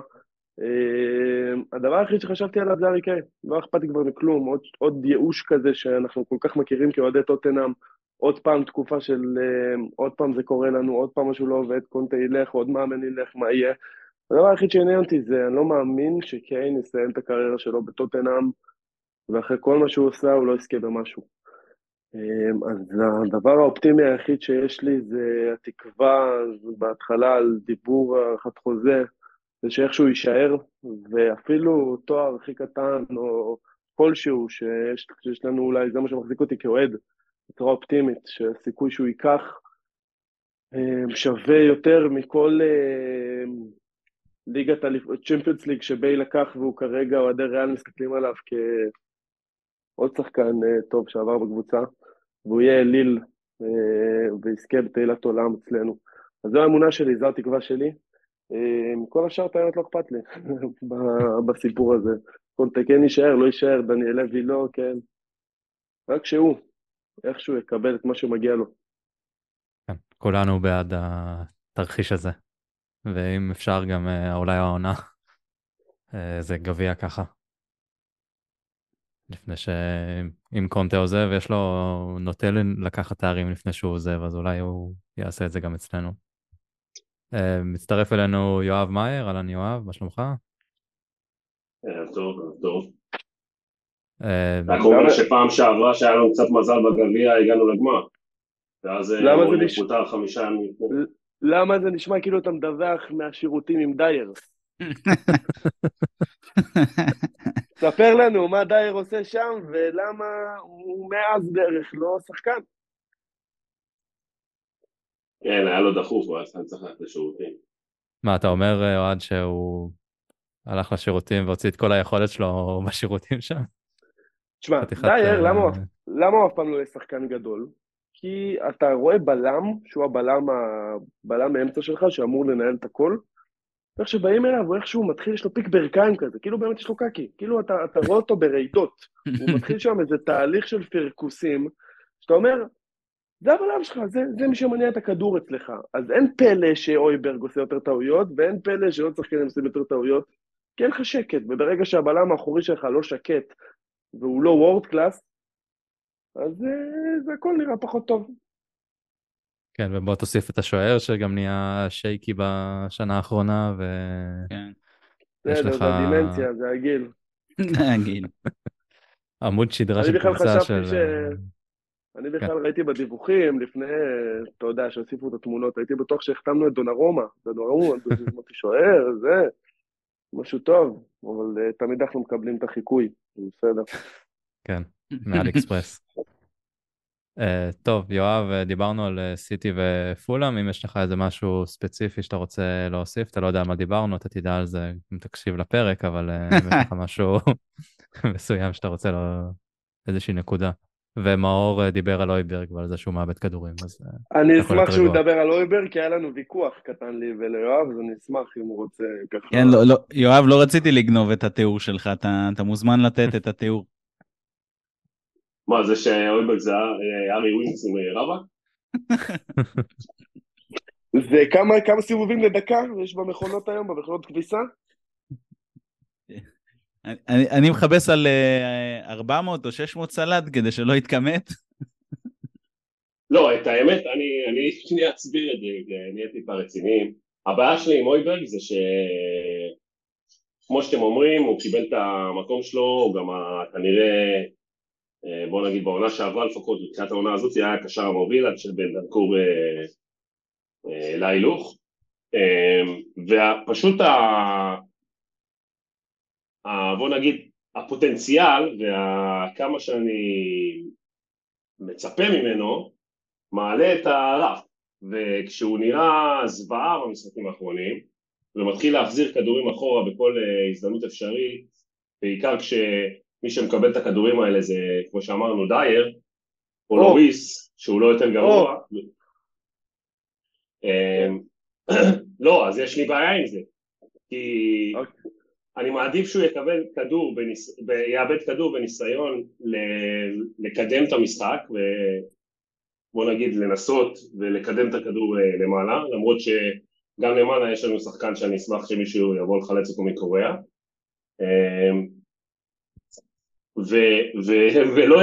S3: Uh, הדבר היחיד שחשבתי עליו זה ארי קיין, לא אכפתי כבר מכלום, עוד, עוד ייאוש כזה שאנחנו כל כך מכירים כאוהדי טוטנהאם, עוד פעם תקופה של, uh, עוד פעם זה קורה לנו, עוד פעם משהו לא עובד, קונטה ילך, עוד מאמן ילך, מה יהיה? הדבר היחיד שעניין אותי זה, אני לא מאמין שקיין יסיים את הקריירה שלו בטוטנהאם, ואחרי כל מה שהוא עושה הוא לא יזכה במשהו. Uh, אז הדבר האופטימי היחיד שיש לי זה התקווה, בהתחלה על דיבור הארכת חוזה, זה שאיכשהו יישאר, ואפילו תואר הכי קטן, או כלשהו, שיש, שיש לנו אולי, זה מה שמחזיק אותי כאוהד, בצורה אופטימית, שהסיכוי שהוא ייקח שווה יותר מכל ליגת צ'מפיונס ליג שביי לקח, והוא כרגע אוהדי ריאל מסתכלים עליו כעוד שחקן טוב שעבר בקבוצה, והוא יהיה אליל ויזכה בתהילת עולם אצלנו. אז זו האמונה שלי, זו התקווה שלי. כל השאר תאמת לא אכפת לי בסיפור הזה. קונטה כן יישאר, לא יישאר, דניאל לוי לא, כן. רק שהוא, איכשהו יקבל את מה שמגיע לו.
S1: כן, כולנו בעד התרחיש הזה. ואם אפשר גם אולי העונה, זה גביע ככה. לפני שאם קונטה עוזב, יש לו נוטה לקחת תארים לפני שהוא עוזב, אז אולי הוא יעשה את זה גם אצלנו. מצטרף אלינו יואב מאייר, אהלן יואב, מה שלומך?
S4: טוב, טוב. רק אומר שפעם שעברה שהיה לנו קצת מזל בגביע, הגענו לגמר. ואז הוא נפוטר חמישה ימים.
S3: למה זה נשמע כאילו אתה מדווח מהשירותים עם דייר? ספר לנו מה דייר עושה שם, ולמה הוא מאז דרך לא שחקן.
S4: כן, היה לו דחוף, הוא היה צריך ללכת לשירותים.
S1: מה, אתה אומר, אוהד, שהוא הלך לשירותים והוציא את כל היכולת שלו בשירותים שם?
S3: תשמע, דייר, למה הוא אף פעם לא יהיה שחקן גדול? כי אתה רואה בלם, שהוא הבלם, הבלם האמצע שלך, שאמור לנהל את הכל, ואיך שבאים אליו, הוא איכשהו מתחיל, יש לו פיק ברכיים כזה, כאילו באמת יש לו קקי, כאילו אתה, אתה רואה אותו ברעידות, הוא מתחיל שם איזה תהליך של פרקוסים, שאתה אומר, זה הבלם שלך, זה, זה מי שמניע את הכדור אצלך, אז אין פלא שאויברג עושה יותר טעויות, ואין פלא שעוד שחקנים עושים יותר טעויות, כי אין לך שקט, וברגע שהבלם האחורי שלך לא שקט, והוא לא וורד קלאס, אז זה, זה הכל נראה פחות טוב.
S1: כן, ובוא תוסיף את השוער שגם נהיה שייקי בשנה האחרונה, ו...
S2: כן.
S1: יש
S3: זה,
S1: לך...
S3: זה הדימנציה, זה הגיל.
S2: זה הגיל.
S1: עמוד שדרה של קבוצה של...
S3: ש... אני בכלל ראיתי בדיווחים לפני, אתה יודע, שהוסיפו את התמונות, הייתי בטוח שהחתמנו את דונרומה, דונרומה, אמרתי שוער, זה, משהו טוב, אבל תמיד אנחנו מקבלים את החיקוי, זה בסדר.
S1: כן, מעל אקספרס. טוב, יואב, דיברנו על סיטי ופולאם, אם יש לך איזה משהו ספציפי שאתה רוצה להוסיף, אתה לא יודע על מה דיברנו, אתה תדע על זה אם תקשיב לפרק, אבל אם יש לך משהו מסוים שאתה רוצה לו איזושהי נקודה. ומאור דיבר על אויברג ועל זה שהוא מאבד כדורים, אז...
S3: אני אשמח שהוא ידבר על אויברג, כי היה לנו ויכוח קטן לי וליואב, אז אני אשמח אם הוא רוצה ככה...
S2: כן, לא, לא, יואב, לא רציתי לגנוב את התיאור שלך, אתה, אתה מוזמן לתת את התיאור.
S4: מה, זה שאויברג זה ארי ווינקס עם רבא?
S3: זה כמה, כמה סיבובים לדקה יש במכונות היום, במכונות כביסה?
S2: אני, אני מחפש על uh, ארבע מאות או שש מאות סלט כדי שלא יתכמת.
S4: לא, את האמת, אני, אני שנייה אסביר את זה, נהיה טיפה רציניים. הבעיה שלי עם אויברג זה ש... כמו שאתם אומרים, הוא קיבל את המקום שלו, הוא גם כנראה, בוא נגיד בעונה שעברה לפחות, בתחילת העונה הזאת, זה היה הקשר המוביל עד שבן דנקור להילוך, ופשוט ה... בוא נגיד, הפוטנציאל וכמה שאני מצפה ממנו, מעלה את הרף, וכשהוא נראה זוועה במשחקים האחרונים, ומתחיל להחזיר כדורים אחורה בכל הזדמנות אפשרית, בעיקר כשמי שמקבל את הכדורים האלה זה, כמו שאמרנו, דייר, או לואיס, שהוא לא יותר גרוע. לא, אז יש לי בעיה עם זה, כי אני מעדיף שהוא יקבל כדור, יאבד כדור בניסיון לקדם את המשחק, ובוא נגיד לנסות ולקדם את הכדור למעלה, למרות ש... גם למעלה יש לנו שחקן שאני אשמח שמישהו יבוא לחלץ אותו מקוריאה, ולא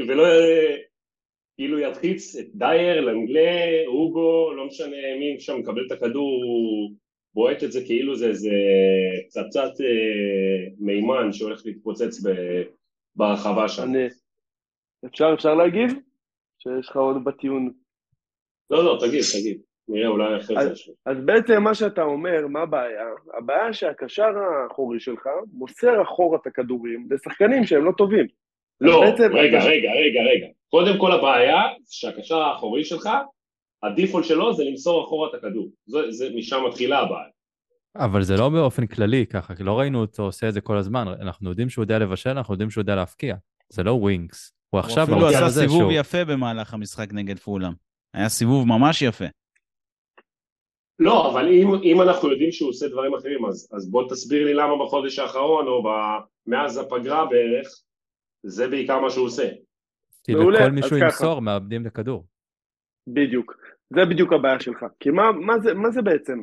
S4: כאילו ירחיץ את דייר, לנגלה, אוגו, לא משנה מי שם מקבל את הכדור, הוא בועט את זה כאילו זה איזה פצצת מימן שהולך להתפוצץ ברחבה שם.
S3: אפשר, אפשר להגיב? שיש לך עוד בטיעון?
S4: לא, לא, תגיד, תגיד. נראה, אולי אחרי זה.
S3: אז בעצם מה שאתה אומר, מה הבעיה? הבעיה שהקשר האחורי שלך מוסר אחורה את הכדורים לשחקנים שהם לא טובים.
S4: לא, רגע, רגע, רגע, רגע. קודם כל הבעיה שהקשר האחורי שלך, הדיפולט שלו זה למסור אחורה את הכדור. זה משם מתחילה הבעיה.
S1: אבל זה לא באופן כללי ככה, כי לא ראינו אותו עושה את זה כל הזמן. אנחנו יודעים שהוא יודע לבשל, אנחנו יודעים שהוא יודע להפקיע. זה לא ווינקס. הוא עכשיו
S2: אפילו עשה סיבוב יפה במהלך המשחק נגד פולאם. היה סיבוב ממש יפה.
S4: לא, אבל אם, אם אנחנו יודעים שהוא עושה דברים אחרים, אז, אז בוא תסביר לי למה בחודש האחרון, או מאז הפגרה בערך, זה בעיקר מה שהוא עושה.
S1: כי לכל מישהו ימסור, מאבדים את הכדור.
S3: בדיוק, זה בדיוק הבעיה שלך. כי מה, מה זה, מה זה בעצם?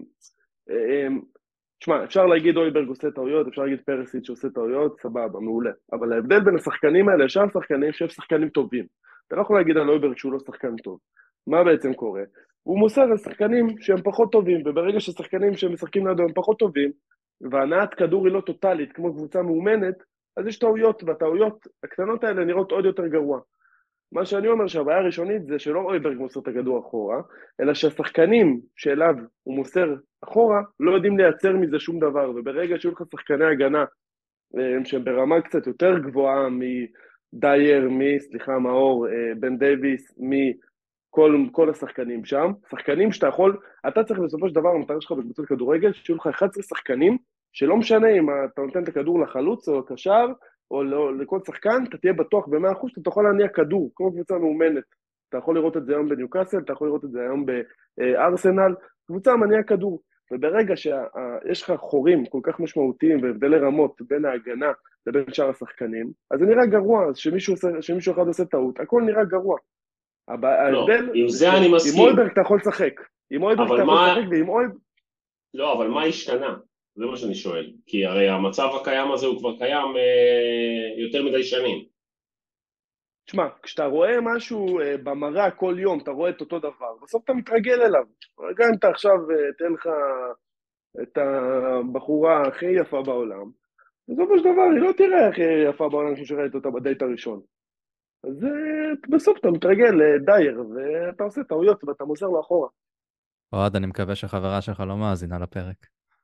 S3: תשמע, אפשר להגיד אויברג עושה טעויות, אפשר להגיד פרסיץ' שעושה טעויות, סבבה, מעולה. אבל ההבדל בין השחקנים האלה, יש שחקנים שהם שחקנים טובים. אתה לא יכול להגיד על אויברג שהוא לא שחקן טוב. מה בעצם קורה? הוא מוסר לשחקנים שהם פחות טובים, וברגע ששחקנים שהם משחקים לידו הם פחות טובים, והנעת כדור היא לא טוטלית, כמו קבוצה מאומנת, אז יש טעויות, והטעויות הקטנות האלה נראות עוד יותר גרוע. מה שאני אומר שהבעיה הראשונית זה שלא אויברג מוסר את הכדור אחורה, אלא שהשחקנים שאליו הוא מוסר אחורה, לא יודעים לייצר מזה שום דבר, וברגע שיהיו לך שחקני הגנה, שהם ברמה קצת יותר גבוהה מדייר, מי, סליחה, מאור, בן דייביס, מי, כל, כל השחקנים שם, שחקנים שאתה יכול, אתה צריך בסופו של דבר, המטרה שלך בקבוצת כדורגל, שיהיו לך אחד עשר שחקנים, שלא משנה אם אתה נותן את הכדור לחלוץ או לקשר, או לא, לכל שחקן, אתה תהיה בטוח ב-מאה אחוז, אתה תוכל להניע כדור, כמו קבוצה מאומנת. אתה יכול לראות את זה היום בניוקאסל, אתה יכול לראות את זה היום בארסנל, קבוצה מניע כדור, וברגע שיש לך חורים כל כך משמעותיים, והבדלי רמות בין ההגנה לבין שאר השחקנים, אז זה נראה גרוע, אז שמישהו, שמישהו אחד עושה טעות, הכל נראה גרוע. ההבדל,
S4: עם זה אני מסכים.
S3: עם אויברג אתה יכול לשחק. עם אויברג אתה יכול לשחק, ועם אויברג...
S4: לא, אבל מה השתנה? זה מה שאני שואל. כי הרי המצב הקיים הזה הוא כבר קיים אה, יותר מדי שנים.
S3: תשמע, כשאתה רואה משהו אה, במראה כל יום, אתה רואה את אותו דבר, בסוף אתה מתרגל אליו. רגע, אם אתה עכשיו אה, תן לך את הבחורה הכי יפה בעולם, בסופו של דבר היא לא תראה הכי יפה בעולם כמו שראית אותה בדייט הראשון. אז בסוף אתה מתרגל לדייר, ואתה עושה טעויות ואתה מוסר לאחורה.
S1: אוהד, אני מקווה שחברה שלך לא מאזינה לפרק.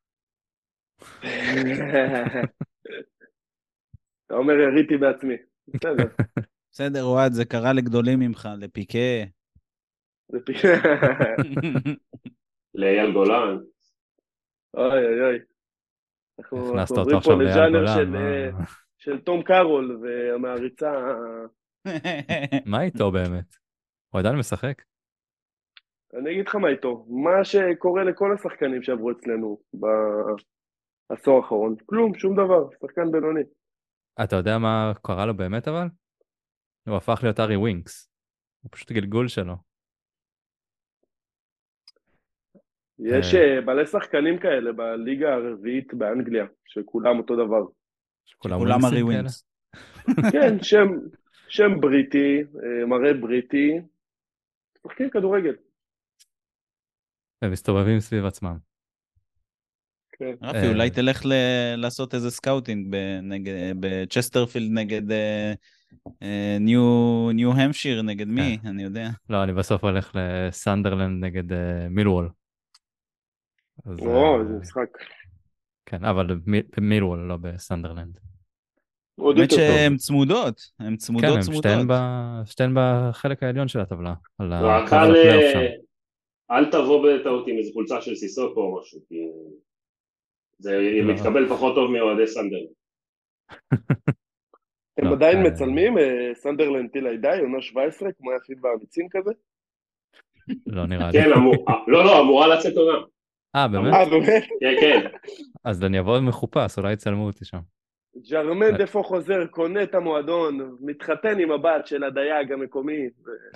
S3: אתה אומר, הריתי בעצמי. בסדר.
S2: בסדר, אוהד, זה קרה לגדולים ממך, לפיקה.
S3: לפיקה.
S4: לאייל גולן.
S3: אוי אוי אוי. אנחנו עוברים פה לג'אנר של תום קארול, והמעריצה...
S1: מה איתו באמת? הוא עדיין משחק?
S3: אני אגיד לך מה איתו. מה שקורה לכל השחקנים שעברו אצלנו בעשור האחרון. כלום, שום דבר. שחקן בינוני.
S1: אתה יודע מה קרה לו באמת אבל? הוא הפך להיות ארי ווינקס. הוא פשוט גלגול שלו.
S3: יש אה, בעלי שחקנים כאלה בליגה הרביעית באנגליה, שכולם אותו דבר.
S1: שכולם
S2: כולם ארי
S1: ווינקסים כאלה.
S2: ווינקס.
S3: כן, שם, שם בריטי, אה, מראה בריטי, משחקים כדורגל.
S1: הם מסתובבים סביב עצמם.
S3: כן.
S2: רפי,
S1: אה,
S2: אולי תלך ל- לעשות איזה סקאוטינג בנגד- בצ'סטרפילד נגד אה, אה, ניו ניו המפשיר, נגד מי? אני יודע.
S1: לא, אני בסוף הולך לסנדרלנד נגד אה, מילוול. אז,
S3: או,
S1: אה,
S3: זה משחק.
S1: כן, אבל במ- במילוול, לא בסנדרלנד.
S3: עוד
S2: האמת
S3: יותר טוב.
S2: שהן צמודות, הן
S1: כן,
S2: צמודות
S1: הם שתיהן
S2: צמודות.
S1: ב- שתיהן בחלק העליון של הטבלה, על
S4: רק
S1: הקו
S4: אל,
S1: לפלייאוף שם.
S4: אל תבוא בטעות עם איזה חולצה של סיסוקו או משהו, כי זה
S1: לא.
S4: מתקבל פחות טוב מאוהדי סנדרלנד.
S3: הם
S1: לא,
S3: עדיין
S1: אה,
S3: מצלמים, אה, סנדרלנד טיל די, עונה שבע עשרה, כמו היחיד והאמיצים כזה.
S1: לא נראה לי.
S4: כן, אמור, לא, לא, אמורה לצאת עונה.
S1: אה, באמת?
S3: אה, באמת?
S4: כן, כן.
S1: אז אני אבוא מחופש, אולי יצלמו אותי שם.
S3: ג'רמן דפו חוזר, קונה את המועדון, מתחתן עם הבת של הדייג המקומי.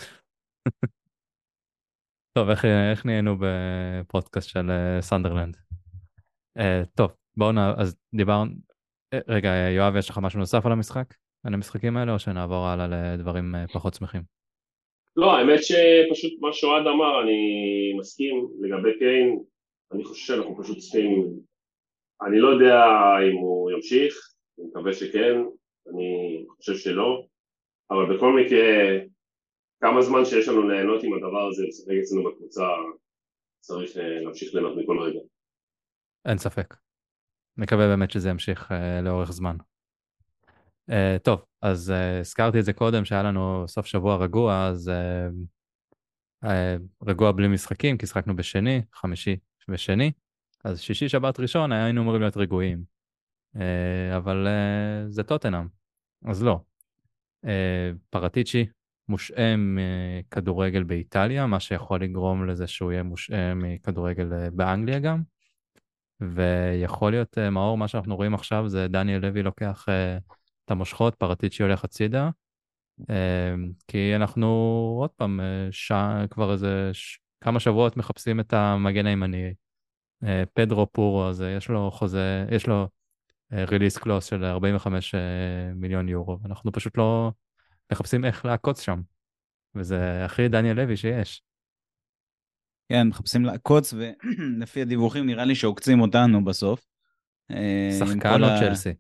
S1: טוב, איך, איך נהיינו בפודקאסט של אה, סנדרלנד? אה, טוב, בואו נ... אז דיברנו... אה, רגע, יואב, יש לך משהו נוסף על המשחק? על המשחקים האלה, או שנעבור הלאה לדברים אה, פחות שמחים?
S4: לא, האמת שפשוט מה שאוהד אמר, אני מסכים לגבי קיין, אני חושב שאנחנו פשוט צריכים, אני לא יודע אם הוא ימשיך, אני מקווה שכן, אני חושב שלא, אבל בכל מקרה, כמה זמן שיש לנו ליהנות עם הדבר הזה, לשחק אצלנו בקבוצה, צריך להמשיך ליהנות מכל רגע.
S1: אין ספק. מקווה באמת שזה ימשיך אה, לאורך זמן. אה, טוב, אז אה, הזכרתי את זה קודם, שהיה לנו סוף שבוע רגוע, אז אה, אה, רגוע בלי משחקים, כי שחקנו בשני, חמישי ושני, אז שישי, שבת, ראשון, היינו אמורים להיות רגועים. אה, אבל אה, זה טוטנהאם, אז לא. אה, פרטיצ'י מושעה מכדורגל באיטליה, מה שיכול לגרום לזה שהוא יהיה מושעה מכדורגל אה, באנגליה גם, ויכול להיות אה, מאור, מה שאנחנו רואים עכשיו זה דניאל לוי לוקח אה, את המושכות, פרטיצ'י הולך הצידה, אה, כי אנחנו עוד פעם אה, שע, כבר איזה ש... כמה שבועות מחפשים את המגן הימני, אה, פדרו פורו, אז יש לו חוזה, יש לו ריליס קלוס של ארבעים וחמישה מיליון יורו, אנחנו פשוט לא מחפשים איך לעקוץ שם, וזה הכי דניאל לוי שיש.
S2: כן, מחפשים לעקוץ, ולפי הדיווחים נראה לי שעוקצים אותנו בסוף. אה, עם
S1: שחקן
S2: כל
S1: או
S2: ה-
S1: צ'לסי?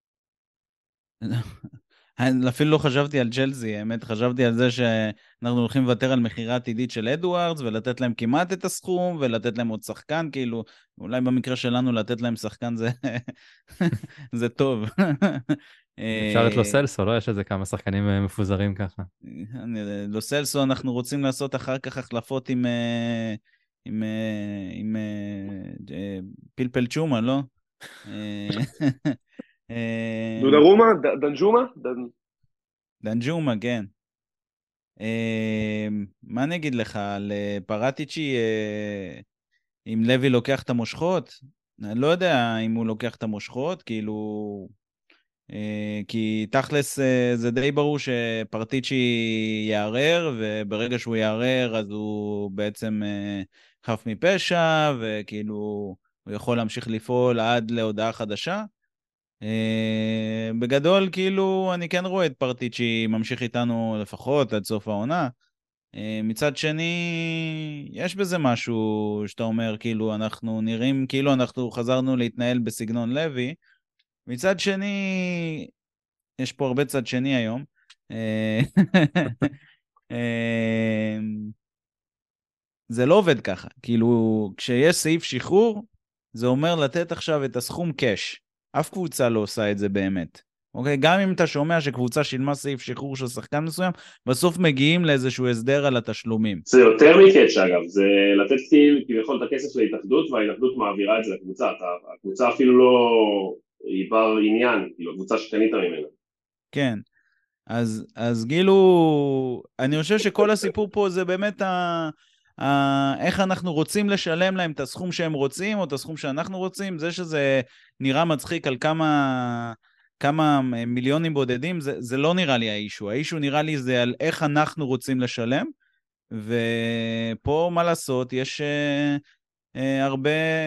S2: אפילו לא חשבתי על צ'לסי, האמת חשבתי על זה שאנחנו הולכים לוותר על מחירה עתידית של אדוארדס, ולתת להם כמעט את הסכום, ולתת להם עוד שחקן, כאילו, אולי במקרה שלנו לתת להם שחקן זה, זה טוב.
S1: אפשר את לו סלסו, לא? יש איזה כמה שחקנים אה, מפוזרים ככה.
S2: אני- לו סלסו אנחנו רוצים לעשות אחר כך החלפות עם, אה, עם, אה, עם אה, אה, פלפל צ'ומה, לא? אה, אה,
S3: דודרומה? ד- דנג'ומה? דן-
S2: דנג'ומה, כן. אה, מה אני אגיד לך, על אה, פרטיצ'י, אה, אם לוי לוקח את המושכות, אני לא יודע אם הוא לוקח את המושכות, כאילו, אה, כי תכלס אה, זה די ברור שפרטיצ'י יערער, וברגע שהוא יערער אז הוא בעצם אה, חף מפשע, וכאילו הוא יכול להמשיך לפעול עד להודעה חדשה. אה, בגדול, כאילו, אני כן רואה את פרטיצ'י ממשיך איתנו לפחות עד סוף העונה. אה, מצד שני, יש בזה משהו שאתה אומר, כאילו, אנחנו נראים כאילו אנחנו חזרנו להתנהל בסגנון לוי. מצד שני, יש פה הרבה צד שני היום. אה, אה, זה לא עובד ככה. כאילו, כשיש סעיף שחרור, זה אומר לתת עכשיו את הסכום קש. אף קבוצה לא עושה את זה באמת. אוקיי? גם אם אתה שומע שקבוצה שילמה סעיף שחרור של שחקן מסוים, בסוף מגיעים לאיזשהו הסדר על התשלומים.
S4: זה יותר מקאץ' אגב, זה לתת כביכול את הכסף להתאחדות, וההתאחדות מעבירה את זה לקבוצה, הקבוצה אפילו לא היא בר עניין, כאילו הקבוצה שקנית ממנה.
S2: כן. אז, אז גילו, אני חושב שכל הסיפור פה זה באמת ה... ה... איך אנחנו רוצים לשלם להם את הסכום שהם רוצים, או את הסכום שאנחנו רוצים. זה שזה נראה מצחיק על כמה, כמה מיליונים בודדים, זה, זה לא נראה לי האישו. האישו נראה לי זה על איך אנחנו רוצים לשלם, ופה מה לעשות, יש אה, אה, הרבה...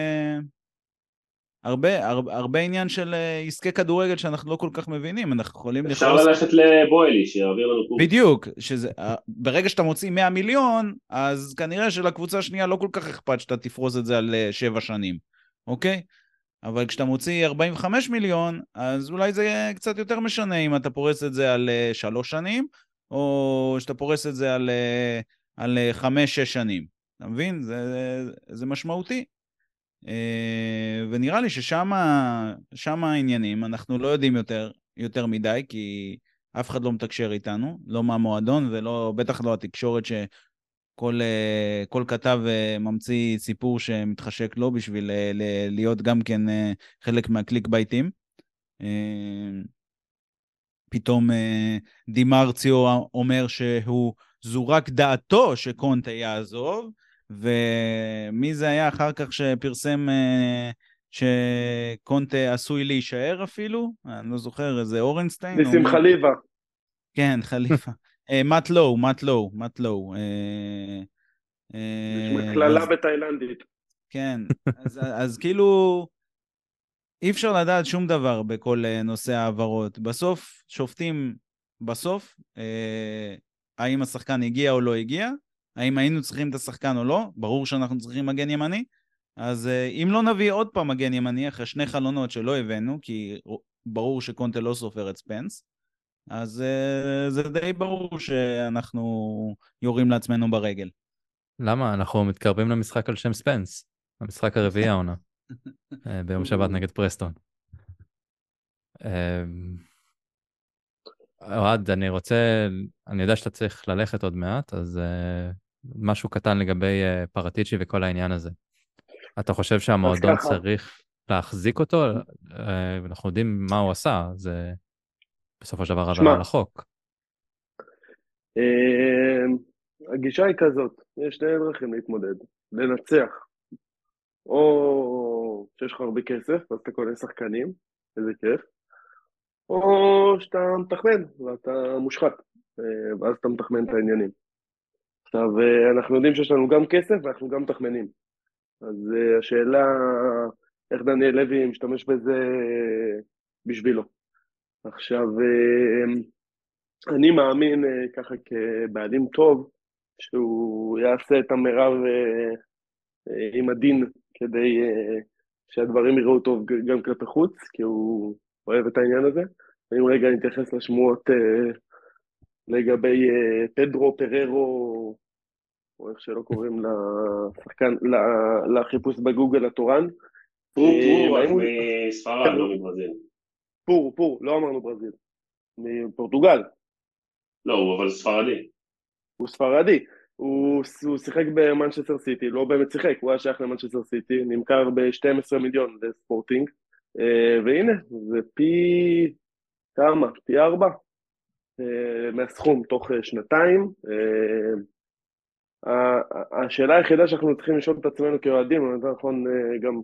S2: הרבה, הרבה, הרבה עניין של עסקי כדורגל שאנחנו לא כל כך מבינים, אנחנו יכולים
S4: אפשר
S2: לכלוס...
S4: ללכת לבוילי, שיעביר לנו קורס.
S2: בדיוק, שזה, ברגע שאתה מוציא מאה מיליון, אז כנראה שלקבוצה השנייה לא כל כך אכפת שאתה תפרוס את זה על שבע שנים, אוקיי? אבל כשאתה מוציא ארבעים וחמישה מיליון, אז אולי זה קצת יותר משנה אם אתה פורס את זה על שלוש שנים, או שאתה פורס את זה על, על חמש, שש שנים. אתה מבין? זה, זה משמעותי. ונראה לי ששם שם העניינים, אנחנו לא יודעים יותר, יותר מדי, כי אף אחד לא מתקשר איתנו, לא מהמועדון, ולא, בטח לא התקשורת שכל כל כתב ממציא סיפור שמתחשק לו בשביל להיות גם כן חלק מהקליק בייטים. פתאום דימרציו אומר שהוא, זו רק דעתו שקונטה יעזוב, ומי זה היה אחר כך שפרסם שקונטה עשוי להישאר אפילו? אני לא זוכר, איזה אורנסטיין?
S3: ניסים חליבה.
S2: כן, חליפה. מאט לואו, מאט לואו, מאט לואו.
S3: נשמע כללה בתאילנדית.
S2: כן, אז כאילו אי אפשר לדעת שום דבר בכל נושא העברות. בסוף, שופטים בסוף, האם השחקן הגיע או לא הגיע, האם היינו צריכים את השחקן או לא, ברור שאנחנו צריכים מגן ימני, אז אם לא נביא עוד פעם מגן ימני, אחרי שני חלונות שלא הבאנו, כי ברור שקונטה לא סופר את ספנס, אז זה די ברור שאנחנו יורים לעצמנו ברגל.
S1: למה? אנחנו מתקרבים למשחק על שם ספנס, המשחק הרביעי העונה, ביום שבת נגד פרסטון. אוהד, אני רוצה, אני יודע שאתה צריך ללכת עוד מעט, אז משהו קטן לגבי פרטיצ'י וכל העניין הזה. אתה חושב שהמועדון צריך להחזיק אותו? אנחנו יודעים מה הוא עשה, זה בסופו של דבר עבירה על החוק.
S3: הגישה היא כזאת, יש שני דרכים להתמודד, לנצח, או שיש לך הרבה כסף, אז אתה קונה שחקנים, איזה כיף, או שאתה מתכמן, ואתה מושחת, ואז אתה מתכמן את העניינים. עכשיו, אנחנו יודעים שיש לנו גם כסף, ואנחנו גם מתכמנים. אז השאלה, איך דניאל לוי משתמש בזה בשבילו. עכשיו, אני מאמין ככה כבעלים טוב, שהוא יעשה את המרב עם הדין, כדי שהדברים יראו טוב גם כלפי חוץ, כי הוא אוהב את העניין הזה. ואם רגע נתייחס לשמועות לגבי פדרו פררו, או איך שלא קוראים לשחקן, לחיפוש בגוגל התורן.
S4: פור, פור, אז מספרד, לא מברזיל.
S3: פור, פור, לא אמרנו ברזיל. מפורטוגל.
S4: לא, הוא אבל ספרדי.
S3: הוא ספרדי. הוא שיחק במנצ'סטר סיטי, לא באמת שיחק, הוא היה שייך למנצ'סטר סיטי, נמכר ב-שנים עשר מיליון לספורטינג, והנה, זה פי כמה? פי ארבע מהסכום תוך שנתיים. השאלה היחידה שאנחנו צריכים לשאול את עצמנו כאוהדים, אני נכון גם,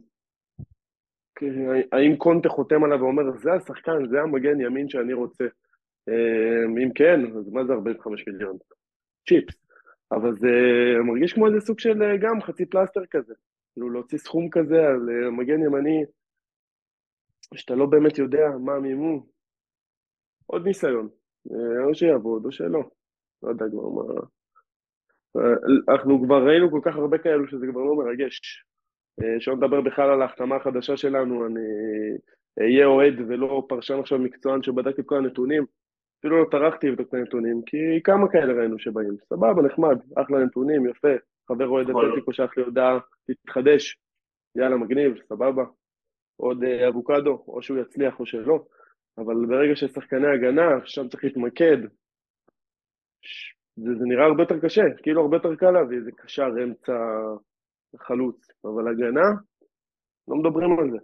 S3: האם קונטה חותם עליו ואומר, זה השחקן, זה המגן ימין שאני רוצה. אם כן, אז מה זה ארבעים וחמישה מיליון? צ'יפס. אבל זה מרגיש כמו איזה סוג של גם חצי פלסטר כזה. כאילו להוציא סכום כזה על מגן ימני, שאתה לא באמת יודע מה מימו. עוד ניסיון. או שיעבוד או שלא. לא יודע כבר מה... אנחנו כבר ראינו כל כך הרבה כאלו שזה כבר לא מרגש. שלא נדבר בכלל על ההחתמה החדשה שלנו, אני אהיה אוהד ולא פרשן עכשיו מקצוען שבדק את כל הנתונים, אפילו לא טרחתי לבדוק את הנתונים, כי כמה כאלה ראינו שבאים, סבבה, נחמד, אחלה נתונים, יפה, חבר אוהד אתלטיקו שלח לי הודעה, תתחדש, יאללה, מגניב, סבבה, עוד אבוקדו, או שהוא יצליח או שלא, אבל ברגע ששחקני הגנה, שם צריך להתמקד, זה, זה נראה הרבה יותר קשה, כאילו הרבה יותר קל להביא, זה קשר אמצע חלוץ, אבל הגנה, לא מדברים על זה.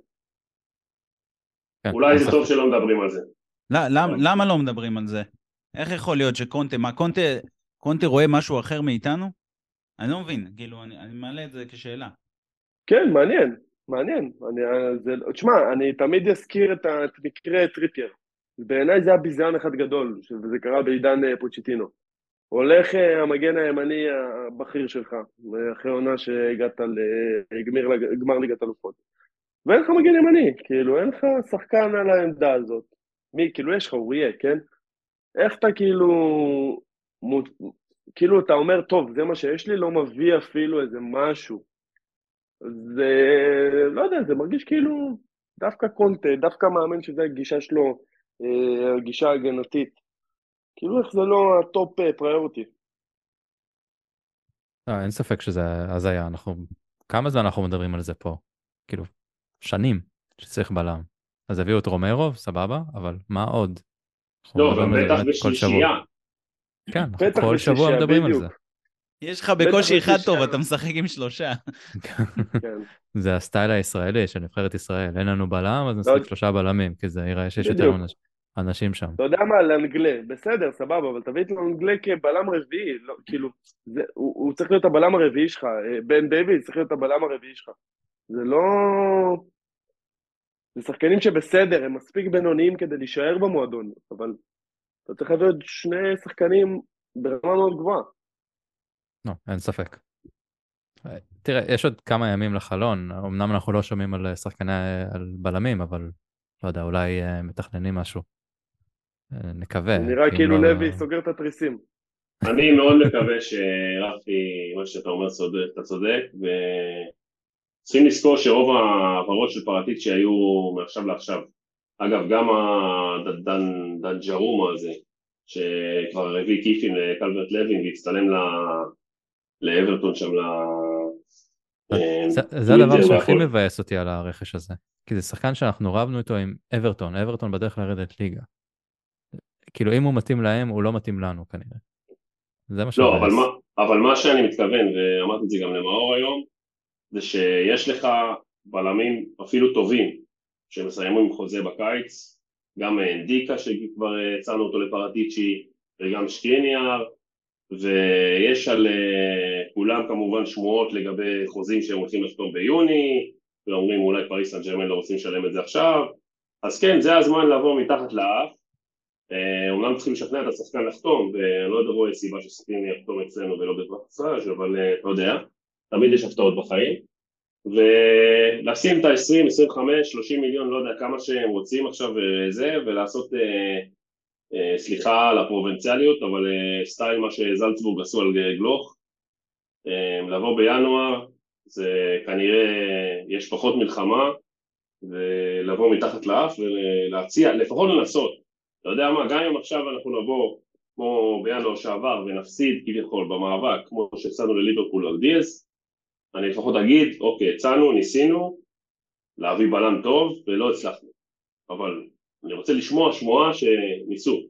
S4: אולי זה טוב שלא מדברים על זה.
S2: למה לא מדברים על זה? איך יכול להיות שקונטה, מה, קונטה, קונטה רואה משהו אחר מאיתנו? אני לא מבין, כאילו, אני, אני מעלה את זה כשאלה.
S3: כן, מעניין, מעניין. אני, זה, תשמע, אני תמיד אזכיר את, את מקרה טריפייר. בעיניי זה היה ביזיון אחד גדול, וזה קרה בעידן אה, פוצ'טינו. הולך אה, המגן הימני הבכיר שלך, אחרי עונה שהגעת לגמר גמר ליגת אלופות. ואין לך מגן ימני, כאילו, אין לך שחקן על העמדה הזאת. מי, כאילו, יש לך אוריה, כן? איך אתה כאילו, מות, כאילו, אתה אומר, טוב, זה מה שיש לי, לא מביא אפילו איזה משהו. זה, לא יודע, זה מרגיש כאילו, דווקא קונטה, דווקא מאמן שזה הגישה שלו, אה, הגישה ההגנתית. כאילו, איך זה לא הטופ פריוריטי.
S1: לא, אין ספק שזה הזיה, אנחנו, כמה זמן אנחנו מדברים על זה פה? כאילו, שנים שצריך בלם. אז הביאו את רומרו, סבבה, אבל מה עוד? אנחנו
S4: לא,
S1: מדברים
S4: גם
S1: על זה
S4: בטח
S1: באמת כל שבוע.
S4: בשלישייה.
S1: כן, אנחנו
S3: בטח
S1: כל שבוע
S3: בשלישייה,
S1: מדברים על זה.
S3: בדיוק.
S2: יש לך
S3: בטח
S2: בקושי אחד טוב,
S3: בשלישייה.
S2: אתה משחק עם שלושה.
S3: כן,
S1: זה הסטייל הישראלי של נבחרת ישראל, אין לנו בלם, אז
S3: לא,
S1: נשחק שלושה בלמים, כי זה יראה שיש יותר
S3: בדיוק.
S1: אנש- אנשים שם.
S3: אתה יודע מה, לאנגלה, בסדר, סבבה, אבל תביא את לאנגלה כבלם רביעי, לא, כאילו, זה, הוא, הוא צריך להיות הבלם הרביעי שלך, אה, בן דיוויד צריך להיות הבלם הרביעי שלך. זה לא... זה שחקנים שבסדר, הם מספיק בינוניים כדי להישאר במועדון, אבל אתה צריך להביא עוד שני שחקנים ברמה מאוד גבוהה.
S1: לא, אין ספק. תראה, יש עוד כמה ימים לחלון, אמנם אנחנו לא שומעים על שחקני, על בלמים, אבל לא יודע, אולי אה, מתכננים משהו. אה, נקווה,
S3: זה נראה
S1: כי אם
S3: כאילו
S1: לא...
S3: לוי סוגר את התריסים.
S4: אני מאוד מקווה שרפי, מה שאתה אומר, צודק, אתה צודק, וצריכים לזכור שרוב העברות של פרטיץ' שהיו מעכשיו לעכשיו, אגב, גם הדנג'רומה הזה, שכבר הביא כיפים לקלברט לוין והצטלם ל- לאברטון שם,
S1: זה, זה הדבר
S4: לטוויטר
S1: שהכי
S4: והכל.
S1: מבאס אותי על הרכש הזה. כי זה שחקן שאנחנו רבנו איתו עם אברטון, אברטון בדרך לרדת ליגה. כאילו אם הוא מתאים להם, הוא לא מתאים לנו כנראה. זה מה
S4: לא, אבל מה,
S1: שמבאס.
S4: אבל מה שאני מתכוון, ואמרתי את זה גם למאור היום, זה שיש לך בלמים אפילו טובים, שמסיימו עם חוזה בקיץ, גם אנדיקה שכבר הצענו אותו לפרטיצ'י, וגם שטיניאר, ויש על uh, כולם כמובן שמועות לגבי חוזים שהם רוצים לחתום ביוני, ואומרים אולי פריס סן ז'רמן לא רוצים לשלם את זה עכשיו, אז כן, זה הזמן לעבור מתחת לאף, uh, אומנם צריכים לשכנע את השחקן לחתום, ואני לא רואה סיבה ששחקנים יחתום אצלנו ולא בטווח, אבל uh, אתה יודע, תמיד יש הפתעות בחיים, ולשים את ה-עשרים, עשרים וחמש, שלושים מיליון, לא יודע כמה שהם רוצים עכשיו וזה, ולעשות... Uh, סליחה על הפרובינציאליות, אבל סטייל מה שזלצבורג עשו על גלוך, לבוא בינואר, זה כנראה יש פחות מלחמה, ולבוא מתחת לאף ולהציע, לפחות לנסות. אתה יודע מה, גם אם עכשיו אנחנו נבוא, כמו בינואר שעבר, ונפסיד כביכול במאבק, כמו שהפסדנו לליברפול על דיאז, אני לפחות אגיד, אוקיי, הצענו, ניסינו, להביא בלם טוב, ולא הצלחנו. אבל אני רוצה לשמוע שמועה שניסו.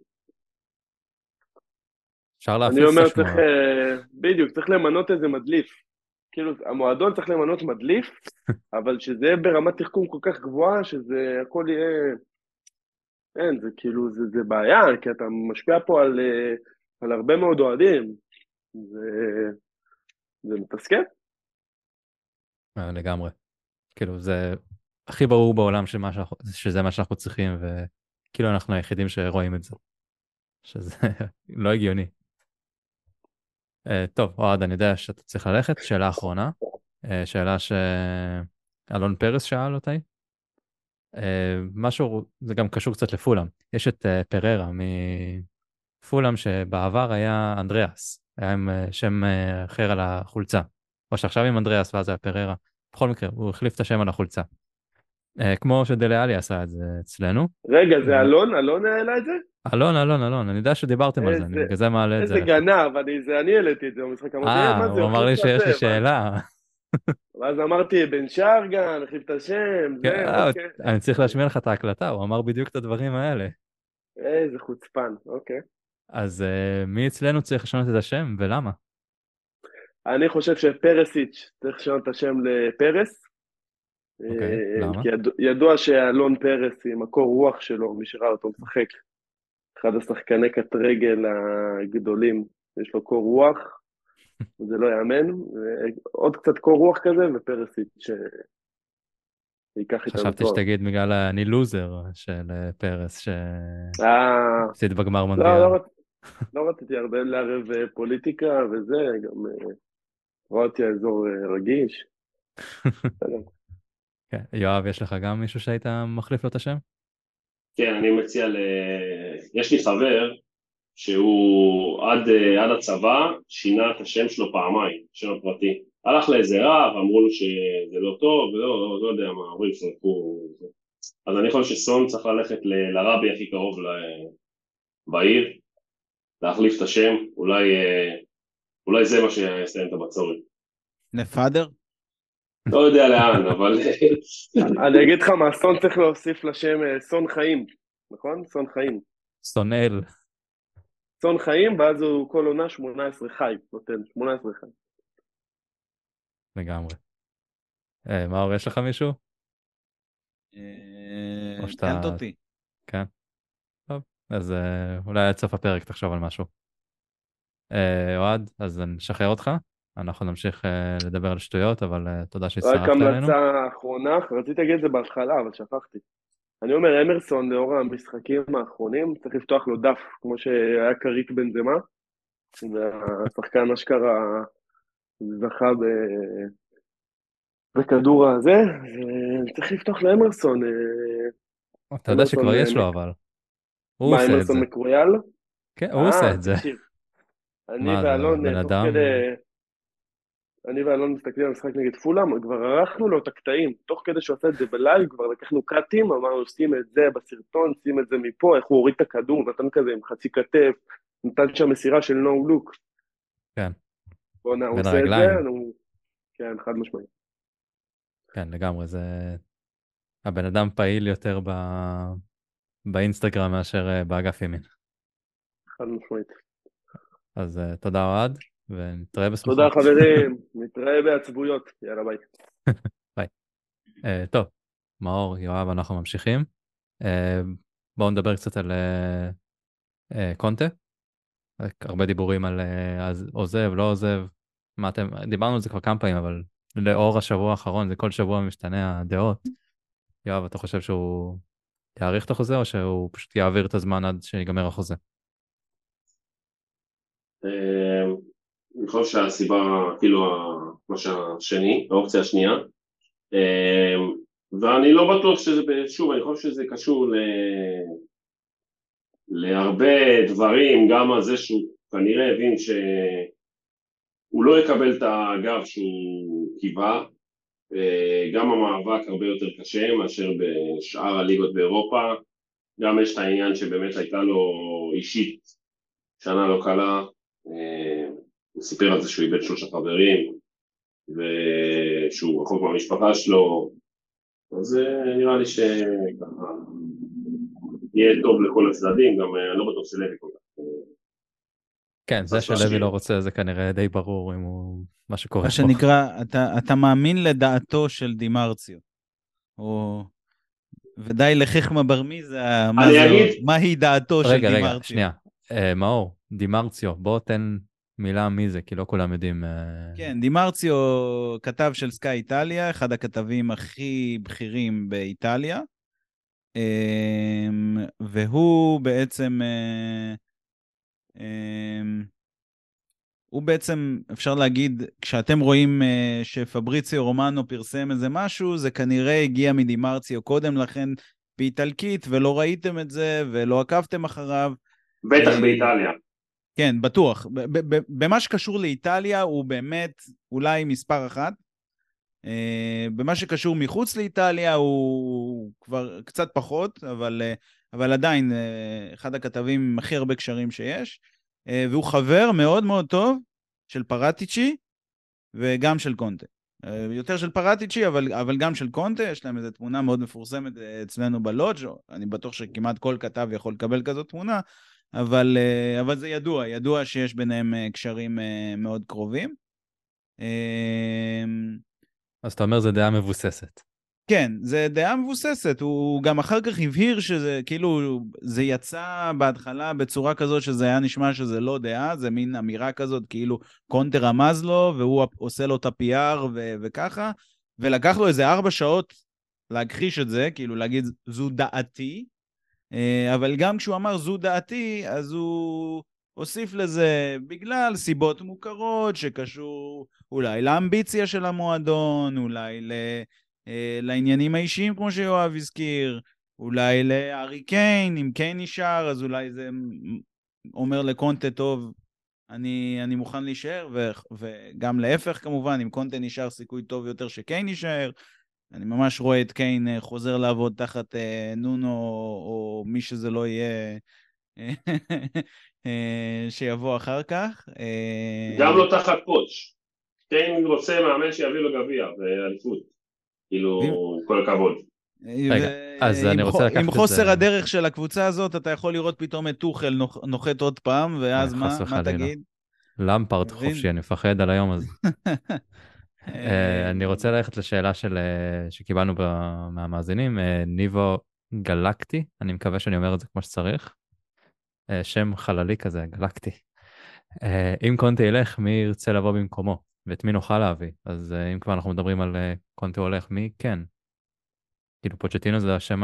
S1: אפשר
S3: אני
S1: להפיץ את
S3: אומר, צריך,
S1: השמועה.
S3: אה, בדיוק, צריך למנות איזה מדליף. כאילו, המועדון צריך למנות מדליף, אבל שזה יהיה ברמת תחכום כל כך גבוהה, שזה הכל יהיה... אין, זה כאילו, זה, זה בעיה, כי אתה משפיע פה על, אה, על הרבה מאוד אוהדים. זה, זה מתסכל.
S1: אה, לגמרי. כאילו זה הכי ברור בעולם שמה שאנחנו, שזה מה שאנחנו צריכים, וכאילו אנחנו היחידים שרואים את זה. שזה לא הגיוני. Uh, טוב, אוהד, אני יודע שאתה צריך ללכת. שאלה אחרונה. Uh, שאלה שאלון פרס שאל אותי. Uh, משהו, זה גם קשור קצת לפולאם. יש את uh, פררה מפולאם שבעבר היה אנדריאס. היה עם uh, שם uh, אחר על החולצה. או שעכשיו עם אנדריאס ואז היה פררה. בכל מקרה, הוא החליף את השם על החולצה. Uh, כמו שדלה עלי עשה את זה אצלנו.
S3: רגע, זה
S1: ו-
S3: אלון? אלון העלה את זה?
S1: אלון, אלון, אלון, אני יודע שדיברתם על זה, אני
S3: איזה,
S1: בגלל זה מעלה את זה
S3: איזה
S1: אליך.
S3: גנב, אני, זה אני העליתי את זה במשחק, אמרתי, אה,
S1: אה,
S3: מה זה,
S1: הוא
S3: הוא
S1: אמר
S3: החליף
S1: לי
S3: את
S1: שיש לי
S3: הזה, ואז,
S1: שאלה.
S3: ואז אמרתי, בן שרגן, החליף את השם,
S1: כן,
S3: זה,
S1: אה,
S3: אוקיי.
S1: אני צריך להשמיע לך את ההקלטה, הוא אמר בדיוק את הדברים האלה.
S3: איזה חוצפן, אוקיי.
S1: אז אה, מי אצלנו צריך לשנות את השם ולמה?
S3: אני חושב שפרסיץ' צריך לשנות את השם לפרס,
S1: אוקיי,
S3: אה,
S1: למה?
S3: כי ידוע, ידוע שאלון פרס עם מקור רוח שלו, מי שראה אותו משחק, אחד השחקני קט רגל הגדולים, יש לו קור רוח, זה לא יאמן, עוד קצת קור רוח כזה, ופרסיץ' ייקח איתנו
S1: חשבתי
S3: תואר.
S1: שתגיד בגלל אני לוזר של אה, פרס,
S3: אה,
S1: שהפסיד בגמר
S3: לא,
S1: מונדיאל.
S3: לא, רצ- לא רציתי הרבה לערב אה, פוליטיקה וזה, גם אה, רואה האזור אה, רגיש. בסדר.
S1: כן. יואב, יש לך גם מישהו שהיית מחליף לו את השם?
S4: כן, אני מציע ל... יש לי חבר שהוא עד, אה, עד הצבא שינה את השם שלו פעמיים, השם הפרטי. הלך לאיזה רב, אמרו לו שזה לא טוב, ולא, לא, לא יודע מה, אומרים שרקו... אז אני חושב שסון צריך ללכת ל- לרבי הכי קרוב ל- בעיר, להחליף את השם, אולי, אה, אולי זה מה שיסיים את הבצורת.
S2: לפאדר?
S4: לא יודע לאן, אבל...
S3: אני אגיד לך מה, סון צריך להוסיף לשם אה, סון חיים, נכון? סון חיים.
S1: סונאל.
S3: סון חיים, ואז הוא כל עונה שמונה עשרה חי, נותן שמונה עשרה חי.
S1: לגמרי. אה, מאור, יש לך מישהו?
S2: אה,
S1: או שאתה-
S2: קלט אותי.
S1: כן. טוב, אז אה, אולי עד סוף הפרק תחשוב על משהו. אה, אוהד, אז נשחרר אותך. אנחנו נמשיך אה, לדבר על שטויות, אבל אה, תודה
S3: רק
S1: שהצטרפת אלינו.
S3: המלצה האחרונה, רציתי להגיד את זה בהתחלה, אבל שכחתי. אני אומר, אמרסון, לאור המשחקים האחרונים, צריך לפתוח לו דף, כמו שהיה קריק בנזמה, והשחקן אשכרה זכה ב... בכדור הזה, צריך לפתוח לאמרסון. אה,
S1: אתה יודע
S3: אמרסון,
S1: שכבר
S3: אה,
S1: יש לו,
S3: מק-
S1: אבל. הוא
S3: מה,
S1: עושה את
S3: אמרסון
S1: זה.
S3: מקרויאל?
S1: כן, הוא עושה את זה.
S3: תקשיב, אני
S1: מה, זה
S3: ואלון,
S1: בן
S3: אה, תוך
S1: אדם?
S3: כדי... אני ואלון מסתכלים על משחק נגד פולאם, כבר ערכנו לו את הקטעים, תוך כדי שהוא עשה את זה בלייב, כבר לקחנו קאטים, אמרנו, שים את זה בסרטון, שים את זה מפה, איך הוא הוריד את הכדור, נתן כזה עם חצי כתף, נתן שם מסירה של נו לוק.
S1: כן.
S3: בוא'נה, הוא
S1: בין
S3: עושה את
S1: הרגליים.
S3: זה, הוא... כן, חד משמעי.
S1: כן, לגמרי, זה... הבן אדם פעיל יותר ב... באינסטגרם מאשר אה, באגף ימין.
S3: חד משמעית.
S1: אז אה, תודה אוהד, ונתראה בשמחות.
S3: תודה חברים, נתראה בעצבויות, יאללה ביי.
S1: ביי. אה, טוב, מאור, יואב, אנחנו ממשיכים. אה, בואו נדבר קצת על אה, אה, קונטה. הרבה דיבורים על אה, אז עוזב, לא עוזב. מה אתם, דיברנו על זה כבר כמה פעמים, אבל לאור השבוע האחרון, זה כל שבוע משתנה הדעות. יואב, אתה חושב שהוא יאריך את החוזה, או שהוא פשוט יעביר את הזמן עד שיגמר החוזה?
S4: אה, אני חושב שהסיבה, כאילו, ה- מה שהשני, האופציה השנייה, אה, ואני לא בטוח שזה, שוב, אני חושב שזה קשור ל... להרבה דברים, גם על זה שהוא כנראה הבין שהוא לא יקבל את הגב שהוא קיווה, גם המאבק הרבה יותר קשה מאשר בשאר הליגות באירופה, גם יש את העניין שבאמת הייתה לו אישית שנה לא קלה, הוא סיפר על זה שהוא איבד שלושה חברים, ושהוא רחוק מהמשפחה שלו, אז נראה לי שככה יהיה טוב לכל הצדדים, גם אני לא בטוח שלוי כל כך.
S1: כן, זה
S4: אז
S1: שלוי
S4: תשקיע.
S1: לא רוצה, זה כנראה די ברור אם הוא... מה שקורה
S2: מה
S1: פה.
S2: שנקרא, אתה, אתה מאמין לדעתו של דימרציו. או... ודי לחכמה ברמיזה, מה,
S4: אני
S2: זה,
S4: אגיד-
S2: מהי דעתו של
S1: רגע,
S2: דימרציו.
S1: רגע, שנייה. אה, מאור, דימרציו, בוא תן מילה מי זה, כי לא כולם יודעים. אה,
S2: כן, דימרציו כתב של סקאי איטליה, אחד הכתבים הכי בכירים באיטליה, אמ, והוא בעצם, אה, אמ, הוא בעצם, אפשר להגיד, כשאתם רואים אה, שפבריציו רומנו פרסם איזה משהו, זה כנראה הגיע מדימרציו קודם לכן באיטלקית, ולא ראיתם את זה, ולא עקבתם אחריו.
S4: בטח
S2: אה,
S4: באיטליה.
S2: כן, בטוח. ב- ב- ב- במה שקשור לאיטליה הוא באמת אולי מספר אחת. אה, במה שקשור מחוץ לאיטליה הוא כבר קצת פחות, אבל, אה, אבל עדיין אה, אחד הכתבים עם הכי הרבה קשרים שיש. אה, והוא חבר מאוד מאוד טוב של פרטיצ'י וגם של קונטה. אה, יותר של פרטיצ'י, אבל, אבל גם של קונטה. יש להם איזו תמונה מאוד מפורסמת אה, אצלנו בלודג'. אני בטוח שכמעט כל כתב יכול לקבל כזאת תמונה. אבל, אבל זה ידוע, ידוע שיש ביניהם קשרים מאוד קרובים.
S1: אז אתה אומר, זה דעה מבוססת.
S2: כן, זה דעה מבוססת. הוא גם אחר כך הבהיר שזה, כאילו, זה יצא בהתחלה בצורה כזאת שזה היה נשמע שזה לא דעה, זה מין אמירה כזאת, כאילו קונטה רמז לו, והוא עושה לו את ה-פי אר ו- וככה, ולקח לו איזה ארבע שעות להכחיש את זה, כאילו להגיד זו דעתי, אבל גם כשהוא אמר זו דעתי, אז הוא הוסיף לזה בגלל סיבות מוכרות שקשור אולי לאמביציה של המועדון, אולי ל... לעניינים האישיים כמו שיואב הזכיר, אולי לארי קיין, אם קיין נשאר, אז אולי זה אומר לקונטה טוב, אני, אני מוכן להישאר, ו, וגם להפך כמובן, אם קונטה נשאר סיכוי טוב יותר שקיין נשאר, אני ממש רואה את קיין חוזר לעבוד תחת אה, נונו, או מי שזה לא יהיה, אה, שיבוא אחר כך. אה...
S4: גם לא תחת קוץ'. קיין רוצה מאמן שיביא לו גביע, ואליפות. כאילו, כל הכבוד.
S1: רגע, אז אני רוצה לקחת את זה...
S2: עם חוסר הדרך של הקבוצה הזאת, אתה יכול לראות פתאום את טוחל נוחת עוד פעם, ואז מה, מה תגיד?
S1: למפרד חופשי, אני מפחד על היום הזה. אני רוצה ללכת לשאלה שקיבלנו מהמאזינים, ניבו גלקטי, אני מקווה שאני אומר את זה כמו שצריך. שם חללי כזה, גלקטי. אם קונטה ילך, מי ירצה לבוא במקומו? ואת מי נוכל להביא? אז אם כבר אנחנו מדברים על קונטה הולך, מי כן? כאילו פוצ'טינו זה השם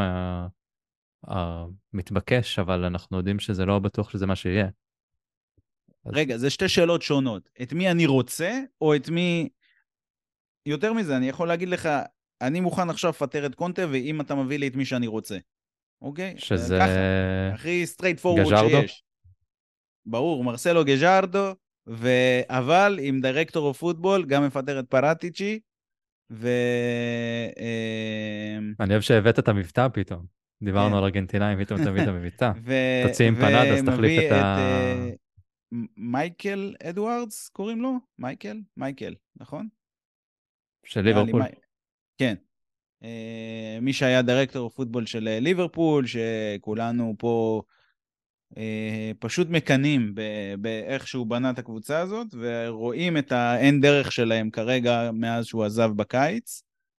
S1: המתבקש, אבל אנחנו יודעים שזה לא בטוח שזה מה שיהיה.
S2: רגע, זה שתי שאלות שונות. את מי אני רוצה, או את מי... יותר מזה, אני יכול להגיד לך, אני מוכן עכשיו לפטר את קונטה, ואם אתה מביא לי את מי שאני רוצה. אוקיי?
S1: שזה...
S2: ככה, הכי סטרייט פורוורד שיש. ברור, מרסלו גז'ארדו, ו... אבל עם דירקטור אוף פוטבול, גם מפטר את פרטיצ'י, ו...
S1: אני אוהב שהבאת את המבטא פתאום. דיברנו על ארגנטינאים, פתאום תביא את המבטא. תוציא עם פנד, אז תחליף את ה...
S2: מייקל אדוארדס, קוראים לו? מייקל? מייקל, נכון?
S1: של ליברפול.
S2: כן. מי שהיה דירקטור פוטבול של ליברפול, שכולנו פה פשוט מקנים באיך שהוא בנה את הקבוצה הזאת, ורואים את האין דרך שלהם כרגע מאז שהוא עזב בקיץ.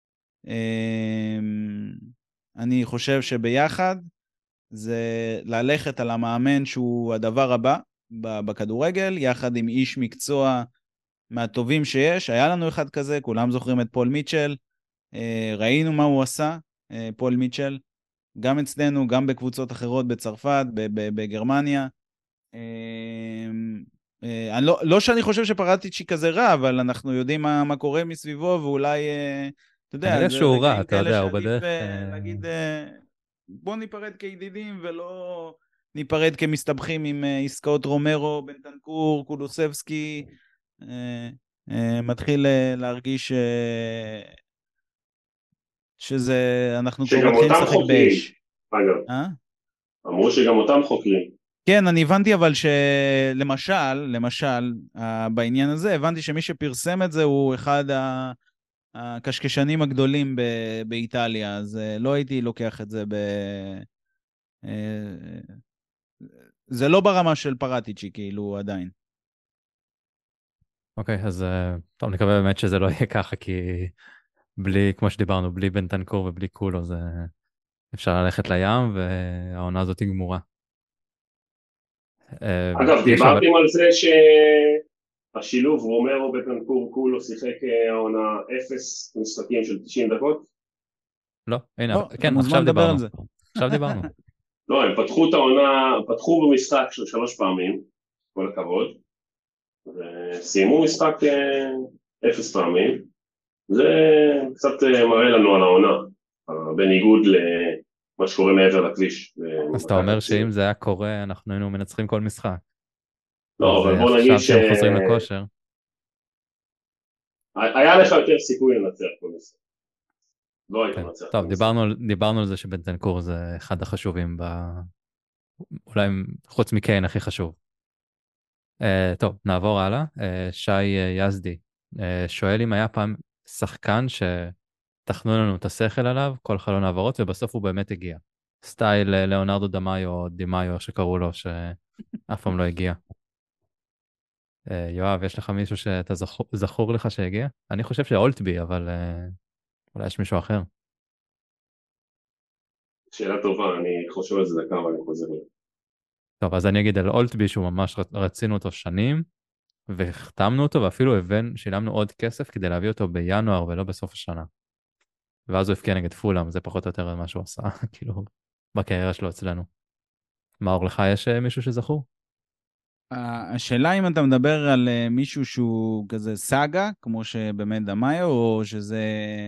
S2: אני חושב שביחד זה ללכת על המאמן שהוא הדבר הבא בכדורגל, יחד עם איש מקצוע מהטובים שיש. היה לנו אחד כזה, כולם זוכרים את פול מיטשל, ראינו מה הוא עשה, פול מיטשל, גם אצלנו, גם בקבוצות אחרות בצרפת, בגרמניה. אני לא, לא שאני חושב שפרטיצ'י כזה רע, אבל אנחנו יודעים מה, מה קורה מסביבו, ואולי, אתה יודע,
S1: כנראה שהוא רע, אתה יודע, הוא בדרך...
S2: להגיד, בוא ניפרד כידידים, ולא ניפרד כמסתבכים עם עסקאות רומרו, בנטנקור, קולוסבסקי, מתחיל להרגיש שזה, אנחנו כבר מתחילים לשחק באש.
S4: אגב, אמרו שגם אותם חוקרים.
S2: כן, אני הבנתי אבל שלמשל, למשל, בעניין הזה, הבנתי שמי שפרסם את זה הוא אחד הקשקשנים הגדולים באיטליה, אז לא הייתי לוקח את זה ב... זה לא ברמה של פרטיצ'י, כאילו, עדיין.
S1: אוקיי, אז טוב, נקווה באמת שזה לא יהיה ככה, כי בלי, כמו שדיברנו, בלי בנטנקור ובלי קולו, זה אפשר ללכת לים, והעונה הזאת היא גמורה.
S4: אגב, דיברתם על זה שהשילוב רומרו בנטנקור קולו שיחק העונה אפס משחקים של תשעים דקות?
S1: לא, הנה, כן, עכשיו דיברנו. עכשיו דיברנו.
S4: לא, הם פתחו את העונה, פתחו במשחק של שלוש פעמים, כל הכבוד, וסיימו משחק אפס פעמים. זה קצת מראה לנו על העונה, בניגוד למה שקורה מעבר לכביש.
S1: אז אתה אומר שאם זה היה קורה, אנחנו היינו מנצחים כל משחק.
S4: לא, אבל בוא נגיד ש...
S1: עכשיו שהם חוזרים לכושר.
S4: היה לך יותר סיכוי לנצח כל משחק. לא היית מנצח.
S1: טוב, דיברנו על זה שבנטנקור זה אחד החשובים, אולי חוץ מקיין הכי חשוב. טוב, נעבור הלאה. שי יזדי שואל אם היה פעם שחקן שתכנו לנו את השכל עליו, כל חלון העברות, ובסוף הוא באמת הגיע. סטייל ליאונרדו דמאיו או דימאיו, שקראו לו, שאף פעם לא הגיע. יואב, יש לך מישהו שאתה זכור לך שהגיע? אני חושב שאולטבי, אבל אולי יש מישהו אחר.
S4: שאלה טובה, אני חושב על זה דקה, אבל אני חוזר.
S1: טוב, אז אני אגיד על אולטבי, שהוא ממש רצינו אותו שנים, והחתמנו אותו, ואפילו הבן, שילמנו עוד כסף כדי להביא אותו בינואר ולא בסוף השנה. ואז הוא הפקיע נגד פולאם, זה פחות או יותר מה שהוא עשה, כאילו, בקריירה שלו אצלנו. מאור, לך יש מישהו שזכור?
S2: השאלה אם אתה מדבר על מישהו שהוא כזה סאגה, כמו שבאמת דמאיו, או שזה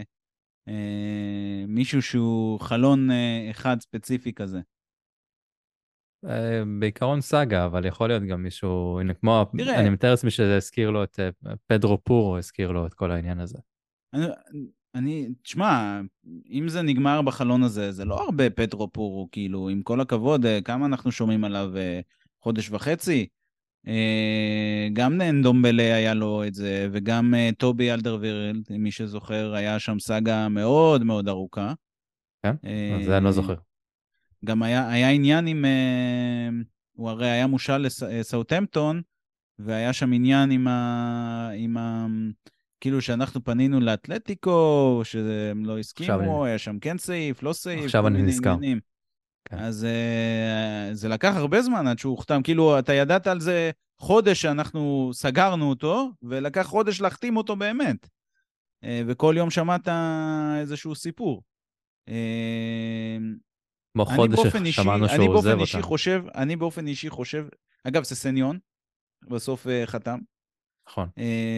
S2: אה, מישהו שהוא חלון אה, אחד ספציפי כזה.
S1: אה, בעיקרון סאגה, אבל יכול להיות גם מישהו, הנה, כמו,
S2: תראה,
S1: אני מתאר לעצמי שזה הזכיר לו את אה, פדרו פורו, הזכיר לו את כל העניין הזה.
S2: אני, אני, תשמע, אם זה נגמר בחלון הזה, זה לא הרבה פטרו פורו, כאילו, עם כל הכבוד, אה, כמה אנחנו שומעים עליו אה, חודש וחצי? אה, גם ננדומבלה היה לו את זה, וגם אה, טובי אלדרווירלד, מי שזוכר, היה שם סאגה מאוד מאוד ארוכה.
S1: כן? אז זה אני לא זוכר.
S2: גם היה, היה עניין עם, אה, הוא הרי היה מושל לסאוטהמפטון, והיה שם עניין עם ה... עם ה... כאילו שאנחנו פנינו לאתלטיקו, שהם לא הסכימו,
S1: אני...
S2: היה שם כן סעיף, לא סעיף,
S1: עכשיו
S2: כל
S1: אני
S2: מיני
S1: נזכר.
S2: עניינים.
S1: כן.
S2: אז uh, זה לקח הרבה זמן עד שהוא הוחתם, כאילו אתה ידעת על זה חודש שאנחנו סגרנו אותו, ולקח חודש להחתים אותו באמת. Uh, וכל יום שמעת איזשהו סיפור. Uh,
S1: כמו
S2: אני
S1: חודש
S2: באופן אישי,
S1: ששמענו
S2: אני
S1: שהוא
S2: באופן
S1: עוזב
S2: אישי
S1: אותם.
S2: חושב, אני באופן אישי חושב, אגב, זה סניון, בסוף uh, חתם.
S1: נכון.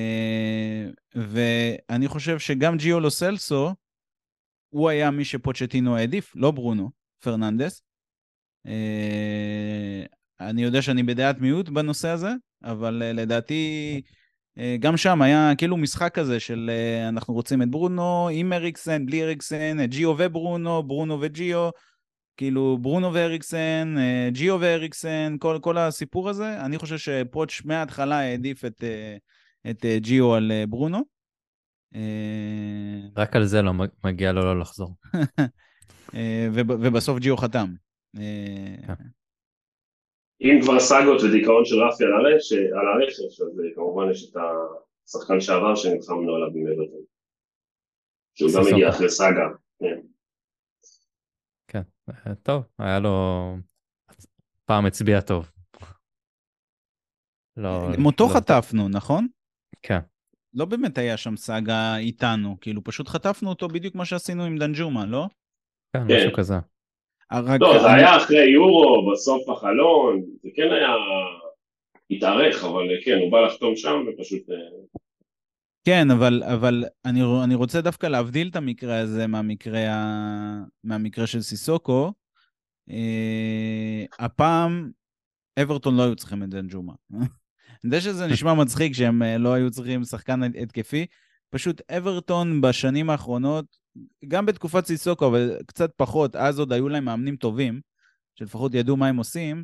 S2: ואני חושב שגם ג'יו לו סלסו, הוא היה מי שפוצ'טינו העדיף, לא ברונו פרננדס. אני יודע שאני בדעת מיעוט בנושא הזה, אבל לדעתי גם שם היה כאילו משחק כזה של אנחנו רוצים את ברונו עם אריקסן, בלי אריקסן, את ג'יו וברונו, ברונו וג'יו, כאילו ברונו ואריקסן, ג'יו ואריקסן, כל, כל הסיפור הזה. אני חושב שפוץ' מההתחלה העדיף את, את ג'יו על ברונו.
S1: רק על זה לא מגיע לו לא לחזור.
S2: ובסוף ג'יו חתם.
S4: אם כבר סאגות ודיכאון של רפי על הרכש, אז כמובן יש את השחקן שעבר שנלחמנו עליו עם אברטון. שהוא גם הגיע אחרי סאגה.
S1: כן, טוב, היה לו פעם הצביע טוב.
S2: גם אותו חטפנו, נכון?
S1: כן.
S2: לא באמת היה שם סאגה איתנו, כאילו פשוט חטפנו אותו בדיוק מה שעשינו עם דנג'ומה, לא?
S1: כן, משהו כזה.
S4: לא, זה היה אחרי יורו, בסוף החלון, זה כן היה התארך, אבל כן, הוא בא לחתום שם ופשוט...
S2: כן, אבל, אבל אני, אני רוצה דווקא להבדיל את המקרה הזה מהמקרה, ה... מהמקרה של סיסוקו. אה, הפעם אברטון לא היו צריכים את דנג'ומה. אני יודע שזה נשמע מצחיק שהם לא היו צריכים שחקן התקפי, פשוט אברטון בשנים האחרונות, גם בתקופת סיסוקו, אבל קצת פחות, אז עוד היו להם מאמנים טובים, שלפחות ידעו מה הם עושים.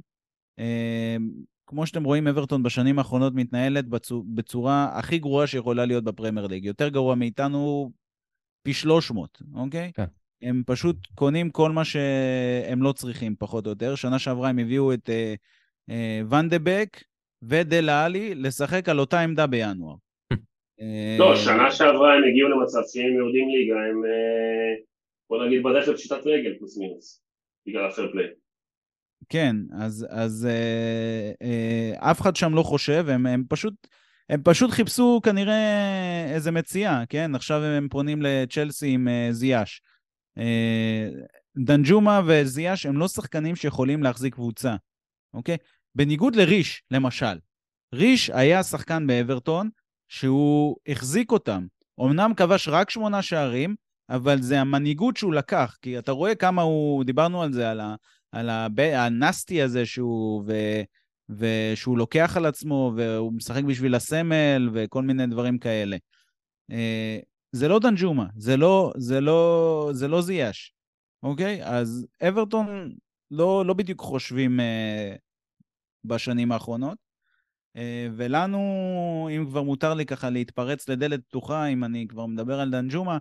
S2: כמו שאתם רואים, אברטון בשנים האחרונות מתנהלת בצורה הכי גרועה שיכולה להיות בפרמייר ליג. יותר גרוע מאיתנו פי שלוש מאות, אוקיי? כן. הם פשוט קונים כל מה שהם לא צריכים, פחות או יותר. שנה שעברה הם הביאו את ואן דה בק ודלאלי לשחק על אותה עמדה בינואר.
S4: לא, שנה שעברה הם הגיעו למצב שהם יורדים ליגה, הם, בוא נגיד, בדרך לפשיטת רגל, פלוס מינוס, בגלל הפייר פליי.
S2: כן, אז, אז אה, אה, אף אחד שם לא חושב, הם, הם, פשוט, הם פשוט חיפשו כנראה איזה מציאה, כן? עכשיו הם פונים לצ'לסי עם אה, זיאש. אה, דנג'ומה וזיאש הם לא שחקנים שיכולים להחזיק קבוצה, אוקיי? בניגוד לריש, למשל. ריש היה שחקן באברטון, שהוא החזיק אותם. אמנם כבש רק שמונה שערים, אבל זה המנהיגות שהוא לקח, כי אתה רואה כמה הוא, דיברנו על זה, על, ה, על ה, הנסטי הזה שהוא, ו, ושהוא לוקח על עצמו, והוא משחק בשביל הסמל, וכל מיני דברים כאלה. זה לא דנג'ומה, זה לא, זה לא, זה לא זיאש, אוקיי? אז אברטון לא, לא בדיוק חושבים בשנים האחרונות, ולנו, אם כבר מותר לי ככה להתפרץ לדלת פתוחה, אם אני כבר מדבר על דנג'ומה,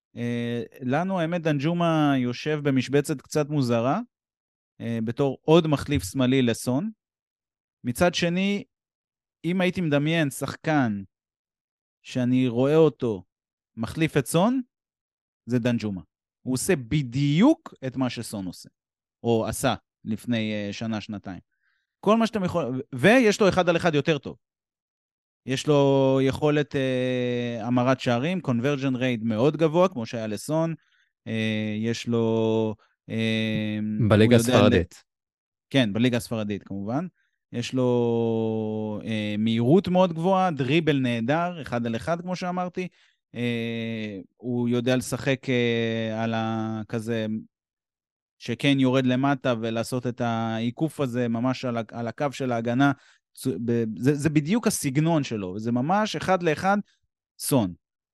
S2: לנו האמת דנג'ומה יושב במשבצת קצת מוזרה, בתור עוד מחליף שמאלי לסון. מצד שני, אם הייתי מדמיין שחקן שאני רואה אותו מחליף את סון, זה דנג'ומה. הוא עושה בדיוק את מה שסון עושה, או עשה לפני שנה, שנתיים. כל מה שאתם יכולים, ויש לו אחד על אחד יותר טוב. יש לו יכולת אה, אמרת שערים, conversion rate מאוד גבוה, כמו שהיה לסון, יש לו...
S1: בליגה הספרדית.
S2: כן, בליגה הספרדית כמובן. יש לו אה, מהירות מאוד גבוהה, דריבל נהדר, אחד על אחד כמו שאמרתי. אה, הוא יודע לשחק אה, על הכזה, שכן יורד למטה ולעשות את העיקוף הזה ממש על, על הקו של ההגנה. זה, זה בדיוק הסגנון שלו, זה ממש אחד לאחד סון.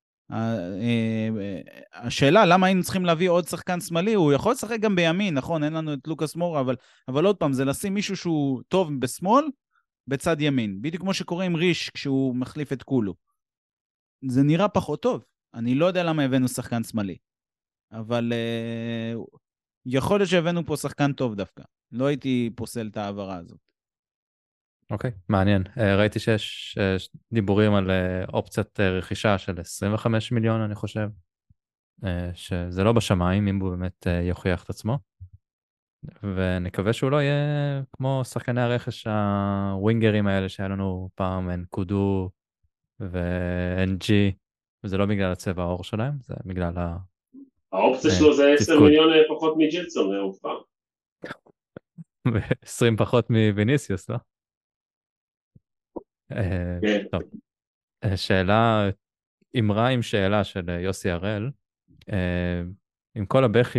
S2: השאלה, למה היינו צריכים להביא עוד שחקן שמאלי? הוא יכול לשחק גם בימין, נכון? אין לנו את לוקאס מורה, אבל, אבל עוד פעם, זה לשים מישהו שהוא טוב בשמאל, בצד ימין. בדיוק כמו שקורה עם ריש כשהוא מחליף את כולו. זה נראה פחות טוב. אני לא יודע למה הבאנו שחקן שמאלי. אבל uh, יכול להיות שהבאנו פה שחקן טוב דווקא. לא הייתי פוסל את העברה הזאת.
S1: אוקיי, מעניין. ראיתי שיש דיבורים על אופציית רכישה של עשרים וחמישה מיליון, אני חושב, שזה לא בשמיים, אם הוא באמת יוכיח את עצמו. ונקווה שהוא לא יהיה כמו שחקני הרכש הווינגרים האלה שהיה לנו פעם, אנקודו ו-אן ג'י, וזה לא בגלל הצבע העור שלהם, זה בגלל ה...
S4: האופציה שלו זה עשרה מיליון פחות מג'ילסון, זה אופה.
S1: ו-עשרים פחות מוויניסיוס, לא? טוב, שאלה, אמרה עם שאלה של יוסי הראל, עם כל הבכי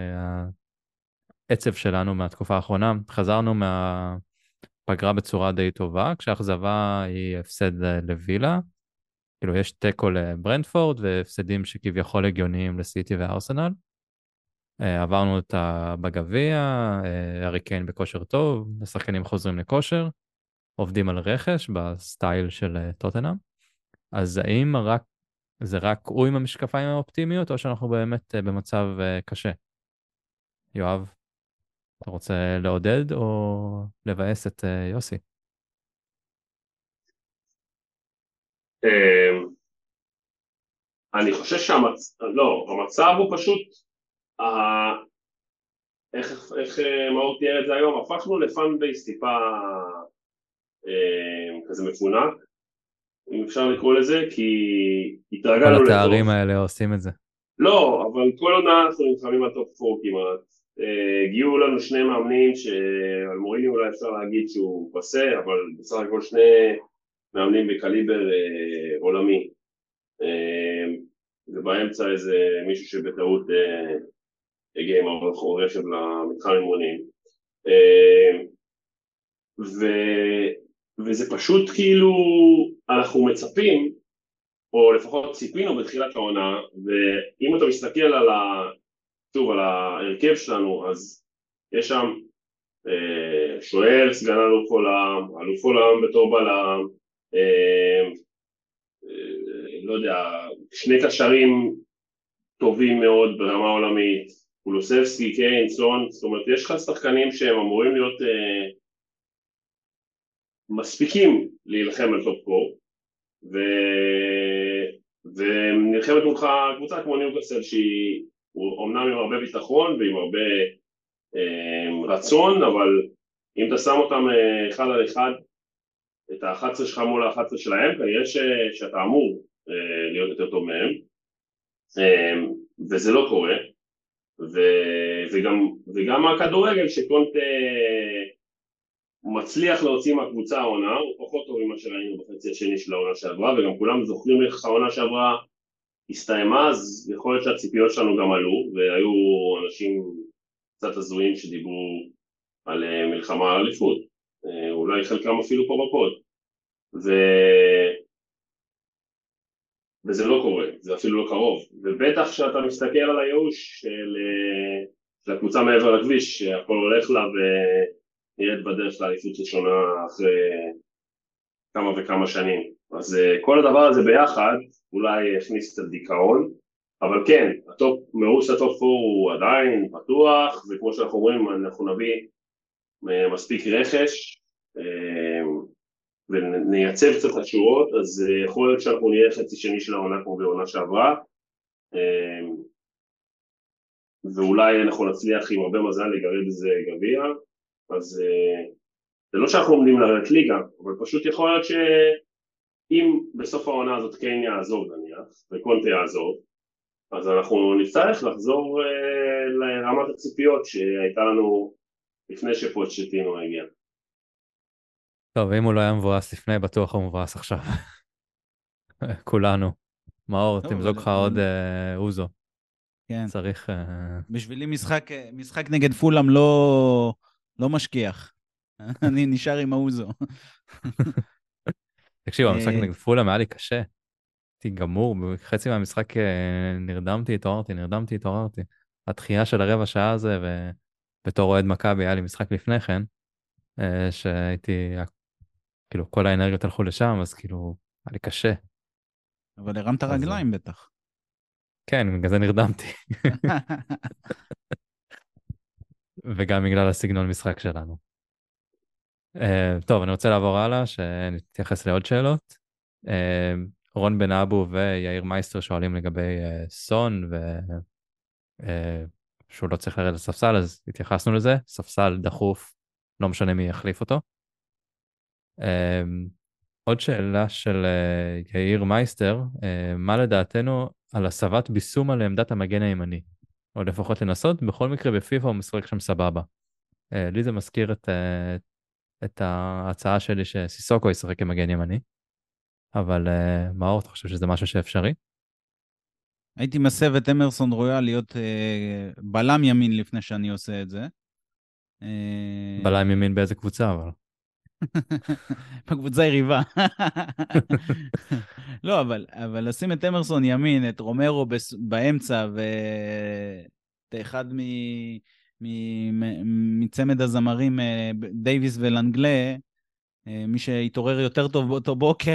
S1: והעצב שלנו מהתקופה האחרונה, חזרנו מהפגרה בצורה די טובה, כשהאכזבה היא הפסד לווילה, כאילו יש טקו לברנדפורד והפסדים שכביכול הגיוניים לסיטי וארסנל, עברנו אותה בגביע, הארי קיין בכושר טוב, השחקנים חוזרים לכושר, עובדים על רכש בסטייל של טוטנהאם. אז האם רק, זה רק הוא עם המשקפיים האופטימיות, או שאנחנו באמת במצב קשה? יואב, אתה רוצה לעודד או לבאס את יוסי?
S4: אני חושב שהמצב, לא, המצב הוא פשוט, איך, איך מאור תיאר את זה היום, הפכנו לפן בייס טיפה כזה מפונק, אם אפשר לקרוא לזה, כי התרגלנו לטוב.
S1: כל התארים האלה עושים את זה.
S4: לא, אבל כל עונה אנחנו נלחמים על טופ פור כמעט. הגיעו לנו שני מאמנים שעל מוריני אולי אפשר להגיד שהוא פסה, אבל בסך הכל שני מאמנים בקליבר עולמי. ובאמצע איזה מישהו שבטעות הגיע עם הרכב למתחם אימונים. ו... וזה פשוט כאילו אנחנו מצפים, או לפחות ציפינו בתחילת העונה, ואם אתה מסתכל על ה... שוב, על ההרכב שלנו, אז יש שם אה, שוער, סגן אלוף עולם, אלוף עולם בתור בלם, אה, אה, לא יודע, שני קשרים טובים מאוד ברמה עולמית, קולוסבסקי, קיין, סון, זאת אומרת, יש לך שחקנים שהם אמורים להיות אה, מספיקים להילחם על טופ פור, ו... ונלחמת מולך קבוצה כמו ניוקאסל שהיא אומנם עם הרבה ביטחון ועם הרבה אה, רצון, אבל אם אתה שם אותם אה, אחד על אחד, את ה-אחת עשרה שלך מול ה-אחת עשרה שלהם, כנראה ש... שאתה אמור אה, להיות יותר טוב מהם, אה, וזה לא קורה, ו... וגם, וגם הכדורגל שקונט אה, מצליח להוציא מהקבוצה העונה, הוא פחות טוב ממה שראינו בחצי השני של העונה שעברה, וגם כולם זוכרים איך העונה שעברה הסתיימה, אז יכול להיות שהציפיות שלנו גם עלו, והיו אנשים קצת הזויים שדיברו על מלחמה על אליפות, אולי חלקם אפילו פה בפוד, ו... וזה לא קורה, זה אפילו לא קרוב, ובטח שאתה מסתכל על הייאוש של, של הקבוצה מעבר לכביש, שהכל הולך לה ונראית בדרך לאליפות ראשונה אחרי כמה וכמה שנים. אז כל הדבר הזה ביחד אולי הכניס קצת דיכאון, אבל כן, הטופ, מרוץ הטופ פור הוא עדיין פתוח, וכמו שאנחנו אומרים, אנחנו נביא מספיק רכש, ונייצב קצת השורות, אז יכול להיות שאנחנו נהיה חצי שני של העונה כמו בעונה שעברה, ואולי אנחנו נצליח עם הרבה מזל לגרד איזה גביע, אז זה לא שאנחנו עומדים לרדת ליגה, אבל פשוט יכול להיות שאם בסוף העונה הזאת קיין יעזוב נניח, וקונטה יעזוב, אז אנחנו נצטרך לחזור אה, לרמת הציפיות שהייתה לנו לפני שפוצ'טינו הגיע.
S1: טוב, אם הוא לא היה מבואס לפני, בטוח הוא מבואס עכשיו. כולנו. מאור,
S2: לא,
S1: תמזוג
S2: אבל,
S1: לך עוד
S2: אבל,
S1: אה, אוזו.
S2: כן.
S1: צריך... אה,
S2: בשבילי משחק, משחק נגד פולאם לא, לא משכיח. אני נשאר עם האוזו.
S1: תקשיב, המשחק
S2: אה,
S1: נגד פולאם היה לי קשה. הייתי גמור, בחצי מהמשחק אה, נרדמתי, התעוררתי, נרדמתי, התעוררתי. התחייה של הרבע שעה הזה, ובתור אוהד מכבי היה לי משחק לפני כן, אה, שהייתי, כאילו, כל האנרגיות הלכו לשם, אז כאילו, היה לי קשה.
S2: אבל הרמת
S1: אז אה,
S2: רגליים בטח.
S1: כן, בגלל זה נרדמתי. וגם בגלל הסגנון משחק שלנו. Uh, טוב, אני רוצה לעבור הלאה, שנתייחס לעוד שאלות. Uh, רון בן אבו ויאיר מייסטר שואלים לגבי uh, סון, ושהוא uh, לא צריך לרדת לספסל, אז התייחסנו לזה. ספסל דחוף, לא משנה מי יחליף אותו. Uh, עוד שאלה של uh, יאיר מייסטר, uh, מה לדעתנו על הסבת ביסומה לעמדת המגן הימני? או לפחות לנסות, בכל מקרה בפיפ"א הוא משחק שם סבבה. Uh, לי זה מזכיר את... Uh, את ההצעה שלי שסיסוקו ישחק כמגן ימני, אבל uh, מאור, אתה חושב שזה משהו שאפשרי?
S2: הייתי מסב את אמרסון רויאל להיות אה, בלם ימין לפני שאני עושה את זה. אה,
S1: בלם ימין באיזה קבוצה, אבל.
S2: בקבוצה יריבה. לא, אבל, אבל לשים את אמרסון ימין, את רומרו בס... באמצע, ואת אחד מ... מ... מ... מצמד הזמרים, אה, דייביס ולנגלה, אה, מי שהתעורר יותר טוב באותו בוקר,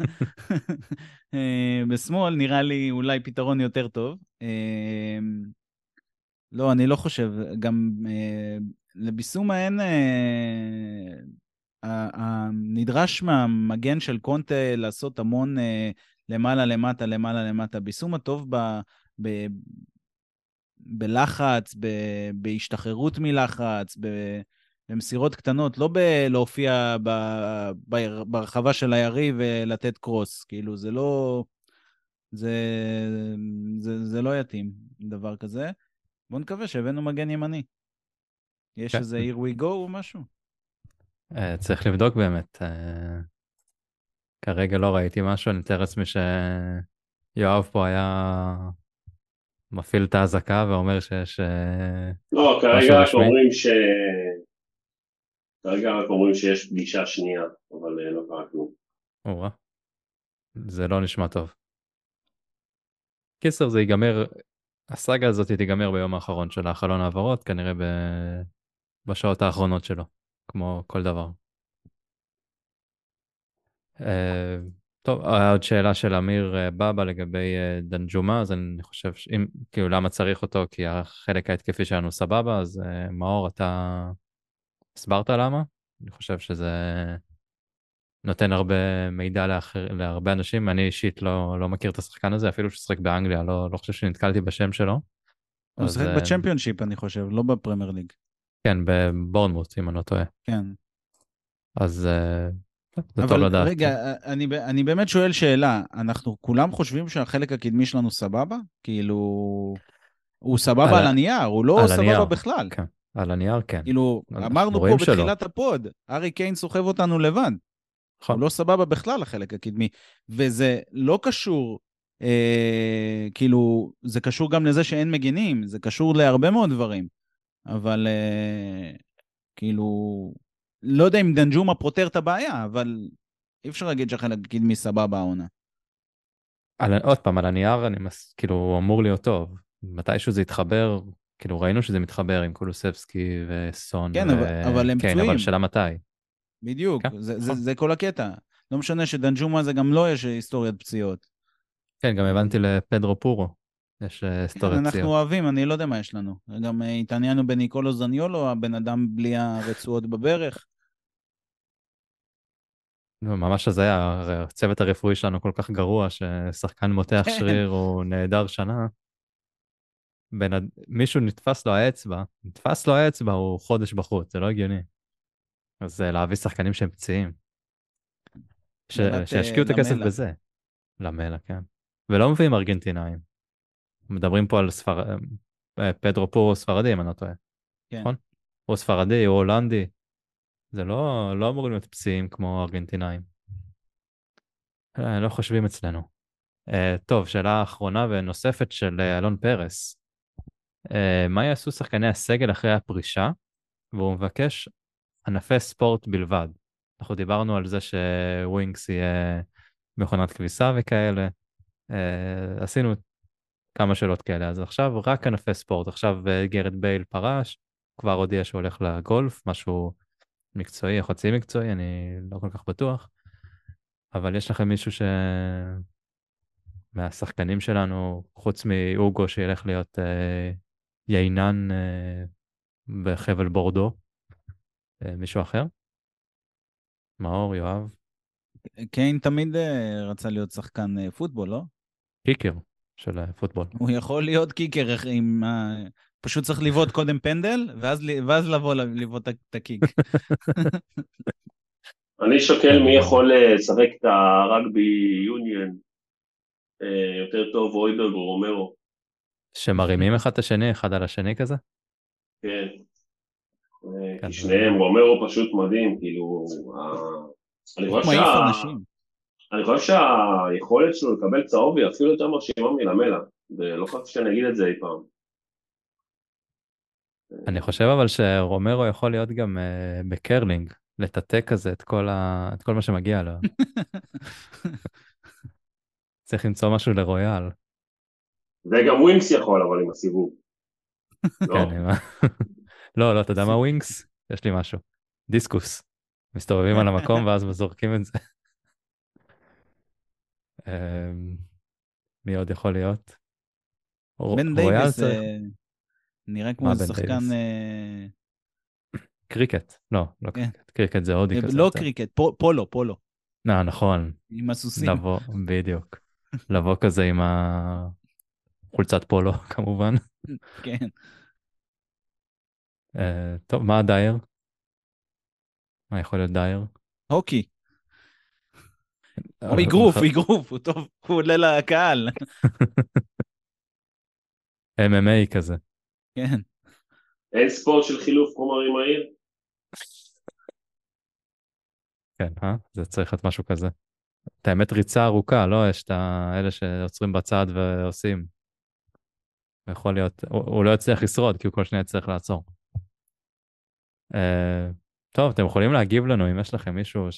S2: אה, בשמאל, נראה לי אולי פתרון יותר טוב. אה, לא, אני לא חושב. גם אה, לביסומה אין... אה, ה- ה- נדרש מהמגן של קונטה לעשות המון אה, למעלה למטה, למעלה למטה. ביסומה טוב ב... ב... בלחץ, ב... בהשתחררות מלחץ, ב... במסירות קטנות, לא בלהופיע ב... ב... ברחבה של היריב ולתת קרוס. כאילו, זה לא... זה... זה, זה לא יתאים, דבר כזה. בואו נקווה שהבאנו מגן ימני. יש
S1: כן.
S2: איזה here we go או משהו?
S1: אה, צריך לבדוק באמת. אה, כרגע לא ראיתי משהו, אני מתאר לעצמי שיואב פה היה מפעיל את האזעקה ואומר שיש אה,
S4: לא,
S1: משהו
S4: כרגע רק
S1: רשמי.
S4: אומרים ש... כרגע רק אומרים שיש פגישה שנייה, אבל אה, לא קרה כלום.
S1: או-אה, זה לא נשמע טוב. קיצר, זה ייגמר, הסאגה הזאת תיגמר ביום האחרון של החלון העברות, כנראה ב... בשעות האחרונות שלו, כמו כל דבר. אה, טוב, היה עוד שאלה של אמיר אה, בבא לגבי אה, דנג'ומה, אז אני חושב שאם, כאילו, למה צריך אותו? כי החלק ההתקפי שלנו סבבה, אז אה, מאור, אתה הסברת למה? אני חושב שזה נותן הרבה מידע לאחר, להרבה אנשים. אני אישית לא, לא מכיר את השחקן הזה, אפילו ששחק באנגליה, לא, לא חושב שנתקלתי בשם שלו.
S2: הוא
S1: אז
S2: משחק
S1: אה,
S2: בצ'מפיונשיפ, אני חושב, לא בפרמייר ליג.
S1: כן, בבורנמוט, אם אני לא טועה.
S2: כן.
S1: אז אה, זה טוב
S2: אבל
S1: לדעת.
S2: רגע, אני, אני באמת שואל שאלה, אנחנו כולם חושבים שהחלק הקדמי שלנו סבבה? כאילו, הוא סבבה
S1: על,
S2: על הנייר, הוא לא
S1: על
S2: סבבה
S1: הנייר,
S2: בכלל.
S1: כן. על הנייר, כן.
S2: כאילו,
S1: אנחנו
S2: אמרנו פה
S1: רואים שלא.
S2: בתחילת הפוד, ארי קיין סוחב אותנו לבד.
S1: נכון.
S2: הוא לא סבבה בכלל, החלק הקדמי. וזה לא קשור, אה, כאילו, זה קשור גם לזה שאין מגינים, זה קשור להרבה מאוד דברים. אבל, אה, כאילו, לא יודע אם דנג'ומה פותר את הבעיה, אבל אי אפשר להגיד שהחלק הקדמי סבבה העונה.
S1: על, עוד פעם, על הנייר, אני מס, כאילו, הוא אמור להיות טוב. מתישהו זה יתחבר, כאילו, ראינו שזה מתחבר עם קולוסבסקי וסון
S2: כן, אבל, אבל הם
S1: כן,
S2: פצועים.
S1: אבל שאלה מתי.
S2: בדיוק,
S1: כן,
S2: זה, זה,
S1: נכון.
S2: זה כל הקטע. לא משנה שדנג'ומה זה גם לא יש היסטוריית פציעות.
S1: כן, גם הבנתי לפדרו פורו. יש אה,
S2: כן,
S1: היסטוריית
S2: אנחנו
S1: פציעות.
S2: אוהבים, אני לא יודע מה יש לנו. גם אה, התעניינו בניקולו זניולו, הבן אדם בלי הרצועות בברך.
S1: נו, ממש הזיה, הרי הצוות הרפואי שלנו כל כך גרוע, ששחקן מותח
S2: כן.
S1: שריר הוא נהדר שנה. בין, הד- מישהו נתפס לו האצבע, נתפס לו האצבע, הוא חודש בחוץ, זה לא הגיוני. אז אה, להביא שחקנים שהם פציעים. ש...
S2: מנת, אה,
S1: שישקיעו את הכסף
S2: למלה.
S1: בזה. למלה, כן. ולא מביאים ארגנטינאים. מדברים פה על ספר... אה, פדרו פורו ספרדי, אם אני לא טועה.
S2: כן.
S1: נכון? הוא ספרדי, הוא הולנדי. זה לא, לא אמורים להיות פציעים כמו ארגנטינאים. אה, לא חושבים אצלנו. אה, טוב, שאלה אחרונה ונוספת של אה, אלון פרס. אה, מה יעשו שחקני הסגל אחרי הפרישה? והוא מבקש ענפי ספורט בלבד. אנחנו דיברנו על זה שווינקס יהיה מכונת כביסה וכאלה. אה, עשינו כמה שאלות כאלה, אז עכשיו רק ענפי ספורט. עכשיו אה, גרד בייל פרש, כבר הודיע שהוא הולך לגולף, משהו מקצועי, חצי מקצועי, אני לא כל כך בטוח. אבל יש לכם מישהו ש... מהשחקנים שלנו, חוץ מאוגו שילך להיות אה, יינן אה, בחבל בורדו, אה, מישהו אחר? מאור, יואב?
S2: קיין תמיד אה, רצה להיות שחקן אה, פוטבול, לא?
S1: קיקר של אה, פוטבול.
S2: הוא יכול להיות קיקר איך- עם... ה- פשוט צריך לבעוט קודם פנדל, ואז ל- ואז לבוא ל- לבעוט את- את הקיק.
S4: אני שוקל מי יכול אה, לשחק את הרגבי יוניון אה, יותר טוב, אויברג או רומרו.
S1: שמרימים אחד את השני, אחד על השני כזה?
S4: כן. אה,
S1: כן,
S4: כי
S1: זה-
S4: שניהם, רומרו פשוט מדהים, כאילו... ה- אני
S2: הוא
S4: חושב
S2: מעיף
S4: שה...
S2: אנשים.
S4: אני חושב שהיכולת שלו לקבל צהוב היא אפילו יותר מרשימה מלמלה, ולא חושב שאני אגיד את זה אי פעם.
S1: אני חושב אבל שרומרו יכול להיות גם אה, בקרלינג, לטאטא כזה את כל ה... את כל מה שמגיע לו. צריך למצוא משהו לרויאל.
S4: וגם ווינקס יכול, אבל עם הסיבוב. לא?
S1: כן, עם ה- לא, לא, אתה יודע מה ווינקס? יש לי משהו. דיסקוס. מסתובבים על המקום ואז זורקים את זה. אמ, מי עוד יכול להיות? ר-
S2: בן
S1: רויאל
S2: דייוויס
S1: צריך...
S2: אה, נראה כמו
S1: מה
S2: איזה
S1: בן
S2: שחקן...
S1: דייוויס?
S2: אה,
S1: קריקט. לא, לא
S2: כן.
S1: קריקט. קריקט זה הודי
S2: אה,
S1: כזה.
S2: לא
S1: יותר.
S2: קריקט, פו- פולו, פולו.
S1: אה, נכון.
S2: עם הסוסים.
S1: לבוא, בדיוק. לבוא כזה עם החולצת פולו, כמובן.
S2: כן.
S1: אה, טוב, מה הדייר? מה יכול להיות דייר?
S2: הוקי.
S1: אה,
S2: או אגרוף, אגרוף, הוא טוב, הוא עולה לקהל.
S1: אם אם איי כזה.
S2: כן.
S4: אין ספורט של חילוף חומרים מהיר?
S1: כן, אה? זה צריך להיות משהו כזה. את האמת ריצה ארוכה, לא? יש את האלה שעוצרים בצד ועושים. יכול להיות, הוא, הוא לא יצליח לשרוד, כי הוא כל שניה יצטרך לעצור. Uh, טוב, אתם יכולים להגיב לנו אם יש לכם מישהו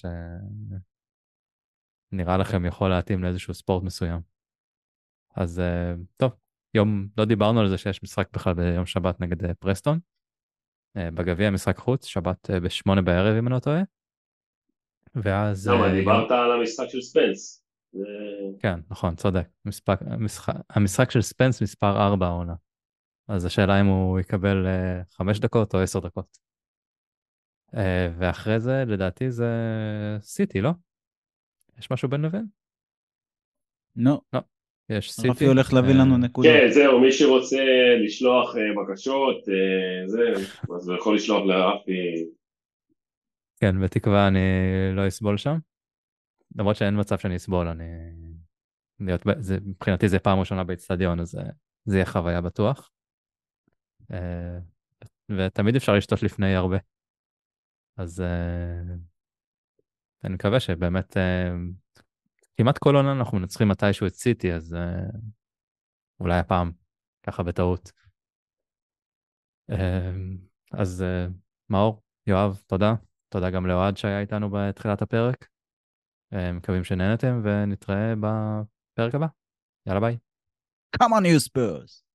S1: שנראה לכם יכול להתאים לאיזשהו ספורט מסוים. אז uh, טוב, יום, לא דיברנו על זה שיש משחק בכלל ביום שבת נגד uh, פרסטון. Uh, בגביע משחק חוץ, שבת uh, בשמונה בערב אם אני לא טועה. ואז...
S4: למה,
S1: uh,
S4: דיברת
S1: יום...
S4: על המשחק של ספנס. זה...
S1: כן, נכון, צודק. משחק, המשחק, המשחק של ספנס מספר ארבע העונה. אז השאלה אם הוא יקבל uh, חמש דקות או עשר דקות. Uh, ואחרי זה, לדעתי זה סיטי, לא? יש משהו בין לבין?
S2: נו,
S1: לא. יש סיטי.
S2: רפי הולך להביא
S1: uh,
S2: לנו נקודות.
S4: כן, זהו, מי שרוצה לשלוח אה, בקשות, אה, זה, אז הוא יכול לשלוח לרפי.
S1: כן, בתקווה אני לא אסבול שם. למרות שאין מצב שאני אסבול, אני... להיות... ב- זה... מבחינתי זה פעם ראשונה באצטדיון, אז זה, זה יהיה חוויה בטוח. Uh, ותמיד אפשר לשתות לפני הרבה. אז uh, אני מקווה שבאמת uh, כמעט כל עונה אנחנו מנצחים מתישהו את סיטי, אז uh, אולי הפעם, ככה בטעות. Uh, אז uh, מאור, יואב, תודה. תודה גם לאוהד שהיה איתנו בתחילת הפרק. Uh, מקווים שנהנתם ונתראה בפרק הבא. יאללה ביי.
S2: Come on, you Spurs.